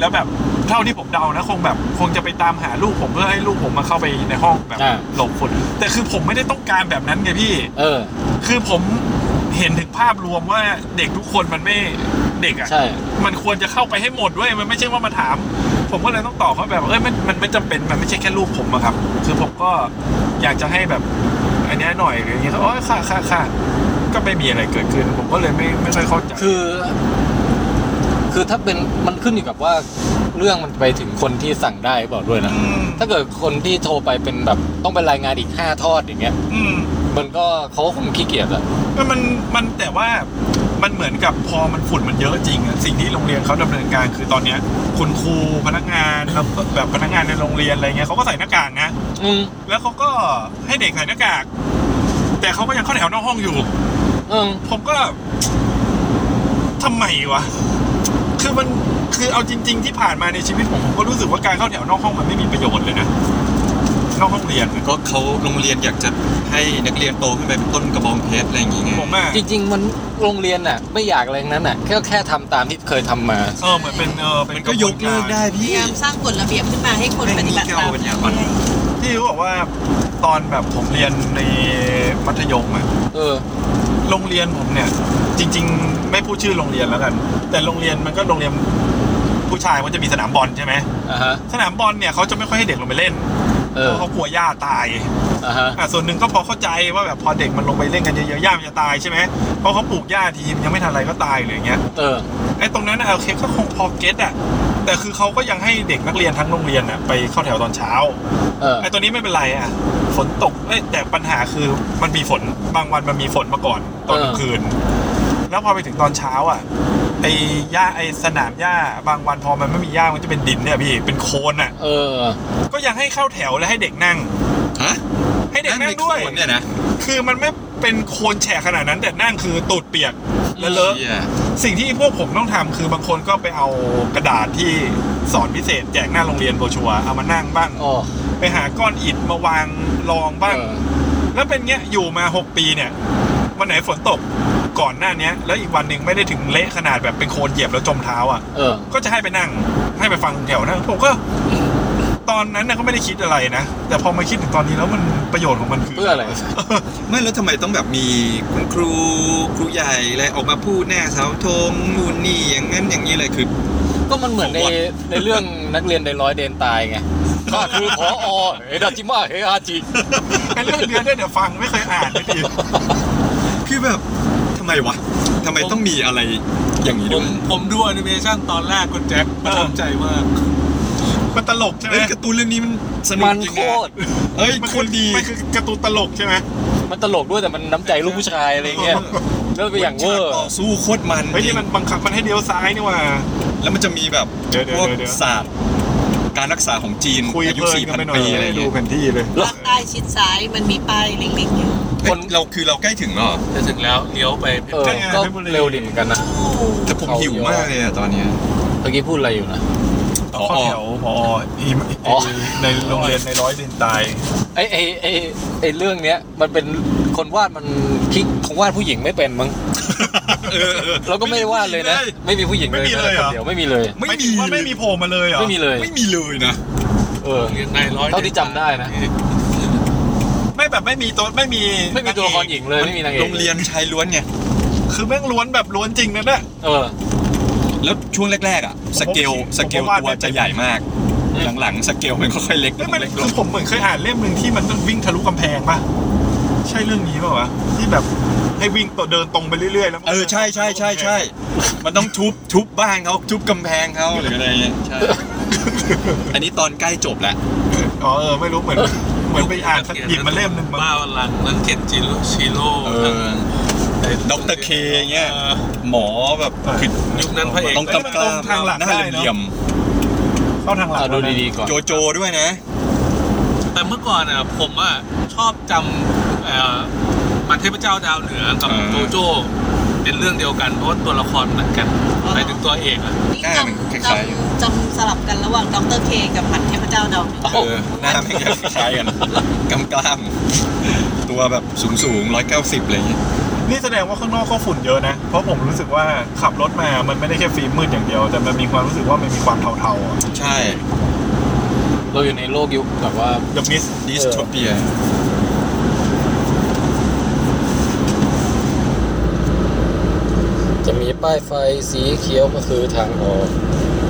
แล้วแบบเท่าที่ผมเดานะคงแบบคงจะไปตามหาลูกผมเพื่อให้ลูกผมมาเข้าไปในห้องแบบหลบฝุ่นแต่คือผมไม่ได้ต้องการแบบนั้นไงพี่เออคือผมเห็นถึงภาพรวมว่าเด็กทุกคนมันไม่เด็กอ่ะใช่มันควรจะเข้าไปให้หมดด้วยมันไม่ใช่ว่ามาถามผมก็เลยต้องตอบเขาแบบเอ้ยมันมันไม่จำเป็นมันไม่ใช่แค่ลูกผมอะครับคือผมก็อยากจะให้แบบอันนี้หน่อยหรืออย่างเงี้ยเขาโอ้ยค่ะค่ะค่ะก็ไม่มีอะไรเกิดขึ้นผมก็เลยไม่ไม่ค่อยเข้าใจคือคือถ้าเป็นมันขึ้นอยู่กับว่าเรื่องมันไปถึงคนที่สั่งได้บอกด้วยนะถ้าเกิดคนที่โทรไปเป็นแบบต้องไปรายงานอีกห้าทอดอย่างเงี้ยมันก็เขาคงขี้เกียจอะมันมันแต่ว่ามันเหมือนกับพอมันฝุ่นมันเยอะจริงอะสิ่งที่โรงเรียนเขาดำเนินการคือตอนเนี้ยคุณครูพนักงานแล้วแบบพนักงานในโรงเรียนอะไรเงี้ยเขาก็ใส่หน้ากากนะแล้วเขาก็ให้เด็กใส่หน้ากากแต่เขาก็ยังเข้าแถวนอกห้องอยู่ผมก็ทำไมวะคือมันคือเอาจริงๆที่ผ่านมาในชีวิตผมผมก็รู้สึกว่าการเข้าแถวนอกห้องมันไม่มีประโยชน์เลยนะนอกห้องเรียนก็เขาโรงเรียนอยากจะให้นักเรียนโตขึ้นไปเป็นต้นกระบองเพชรอะไรอย่างเงี้ยผมอ่ะจริงๆมันโรงเรียนน่ะไม่อยากอะไรนั้นน่ะแค่แค่ทำตามที่เคยทำมาเออเหมือนเป็นเออมันก็ยกเลิกได้พี่พยายามสร้างกฎระเบียบขึ้นมาให้คนปฏิบัติตามที่รู้บอกว่าตอนแบบผมเรียนในมัธยมอ่ะเออโรงเรียนผมเนี่ยจริงๆไม่พูดชื่อโรงเรียนแล้วกันแต่โรงเรียนมันก็โรงเรียนผู้ชายมันจะมีสนามบอลใช่ไหมอ่าฮะสนามบอลเนี่ยเขาจะไม่ค่อยให้เด็กลงไปเล่นเพราะเขากลัวหญ้าตายอ่าฮะอ่าส่วนหนึ่งก็พอเข้าใจว่าแบบพอเด็กมันลงไปเล่นกันเยอะๆหญ้ามันจะตายใช่ไหมเพราะเขาปลูกหญ้าทีมันยังไม่ทันอะไรก็ตายเลยอย่างเงี้ยเออไอ้ตรงนั้นโอเคก็คงพอเก็ตอ่ะแต่คือเขาก็ยังให้เด็กนักเรียนทั้งโรงเรียนอ่ะไปเข้าแถวตอนเช้าเออไอ้ตัวนี้ไม่เป็นไรอ่ะฝนตกแต่ปัญหาคือมันมีฝนบางวันมันมีฝนมาก่อนตอนกลางคืนแล้วพอไปถึงตอนเช้าอ่ะไอ้หญ้าไอ้สนามหญ้าบางวันพอมันไม่มีหญ้ามันจะเป็นดินเนี่ยพี่เป็นโคลนอ่ะเออก็ยังให้เข้าแถวและให้เด็กนั่งฮะให้เด็กนั่งด้วยเนี่ยนะคือมันไม่เป็นโคลนแฉะขนาดนั้นแต่นั่งคือตูดเปียกแล้วเลอะสิ่งที่พวกผมต้องทำคือบางคนก็ไปเอากระดาษที่สอนพิเศษแจกหน้าโรงเรียนโบชัวเอามานั่งบ้างไปหาก้อนอิฐมาวางรองบ้างแล้วเป็นเงี้ยอยู่มาหกปีเนี่ยวันไหนฝนตกก่อนหน้านี้แล้วอีกวันหนึ่งไม่ได้ถึงเละขนาดแบบเป็นโคลนเหยียบแล้วจมเท้าอ่ะเออก็จะให้ไปนั่งให้ไปฟังแถวนะผมก็ตอนนั้นนะก็ไม่ได้คิดอะไรนะแต่พอมาคิดถึงตอนนี้แล้วมันประโยชน์ของมันคือเพื่ออะไรไม่แล้วทำไมต้องแบบมีคุณครูครูใหญ่อะไรออกมาพูดแน่เสาธงนู่นนี่อย่างนั้นอย่างนี้เลยคือก็มันเหมือนในในเรื่องนักเรียนในร้อยเดนตายไงข้าคือผอ.เฮดาจิมะเฮอาจิเป็นเรื่องเรียนได้แต่ฟังไม่เคยอ่านไม่ดีคือแบบทำไมวะทำไมต้องมีอะไรอย่างนี้ด้วยผมดูแอนิเมชันตอนแรกคุณแจ็คประทับใจมากมันตลกใช่ไหมการ์ตูนเรื่องนี้มันสนุกจริงนะเฮ้ยคนดีมันคือการ์ตูนตลกใช่ไหมมันตลกด้วยแต่มันน้ำใจลูกผู้ชายอะไรเงี้ยแล้วไปอย่างเวอร์สู้โคตรมันเฮ้ยที่มันบังคับมันให้เลี้ยวซ้ายนี่ว่าแล้วมันจะมีแบบพวกศาสตร์การรักษาของจีนอายุ สี่พัน ปีอะไรดูแผนที่เลยภาคใต้ชิดซ้ายมันมีป้ายเล็กๆอยู่คนเราคือเราใกล้ถึงแล้วจะถึงแล้วเลี้ยวไปเออก็เร็วดีเหมือนกันนะแต่ผมหิวมากเลยอะตอนนี้เมื่อกี้พูดอะไรอยู่นะข้อแถวพอในโรงเรียนในร้อยเดนตายไอ้ไอ้ไอ้ไอ้เรื่องเนี้ยมันเป็นคนวาดมันคิดของวาดผู้หญิงไม่เป็นมั้งเราก็ไม่ได้วาดเลยนะไม่มีผู้หญิงเลยเดี๋ยวไม่มีเลยไม่มีว่าไม่มีโผล่มาเลยเหรอไม่มีเลยไม่มีเลยนะเออในร้อยเท่าที่จำได้นะไม่แบบไม่มีตัวไม่มีไม่มีตัวละครหญิงเลยไม่มีนางเอกโรงเรียนชายล้วนไงคือแม่งล้วนแบบล้วนจริงนะเนี่ยเออแล้วช่วงแรกๆอ่ะสเกลสเกลตัวจะใหญ่มากหลังๆสเกลมันค่อยๆเล็กลงเล็กลงผมเหมือนเคยอ่านเล่มนึงที่มันต้องวิ่งทะลุกำแพงป่ะใช่เรื่องนี้ป่ะวะที่แบบให้วิ่งต่อเดินตรงไปเรื่อยๆแล้วเออใช่ใช่ใช่ใช่มันต้องทุบทุบบ้านเขาทุบกำแพงเขาหรืออะไรเงี้ยใช่อันนี้ตอนใกล้จบแล้วอ๋อเออไม่รู้เหมือนเหมือนไปอ่านหยิบมาเล่มนึงบ้าหลังนั้นเคนจิโร่ชิโร่ด็อกเตอร์เคเงี้ยหมอแบบคือยุคนั้นพระเอกต้องกำกำทางหลักหน้าเหลี่ยมเข้าทางหลักดูดีๆก่อนโจโจด้วยนะแต่เมื่อก่อนอ่ะผมอ่ะชอบจำเอ่อมันเทพเจ้าดาวเหนือกับโจโจเป็นเรื่องเดียวกันเพราะว่าตัวละครเหมือนกันไปถึงตัวเอกอ่ะจำจำจำสลับกันระหว่างด็อกเตอร์เคกับมันเทพเจ้าดาวเหนือเออหน้าไม่คล้ายกันกำกล้ามตัวแบบสูงสูงร้อยเก้าสิบอะไรอย่างเงี้ยนี่แสดงว่าข้างนอกก็ฝุ่นเยอะนะเพราะผมรู้สึกว่าขับรถมามันไม่ได้แค่ฟิล์มมืดอย่างเดียวแต่มันมีความรู้สึกว่ามันมีความเทาๆอ่ะใช่เราอยู่ในโลกยุคแบบว่า The Mist ดิสโทเปียจะมีป้ายไฟสีเขียวก็คือทางออก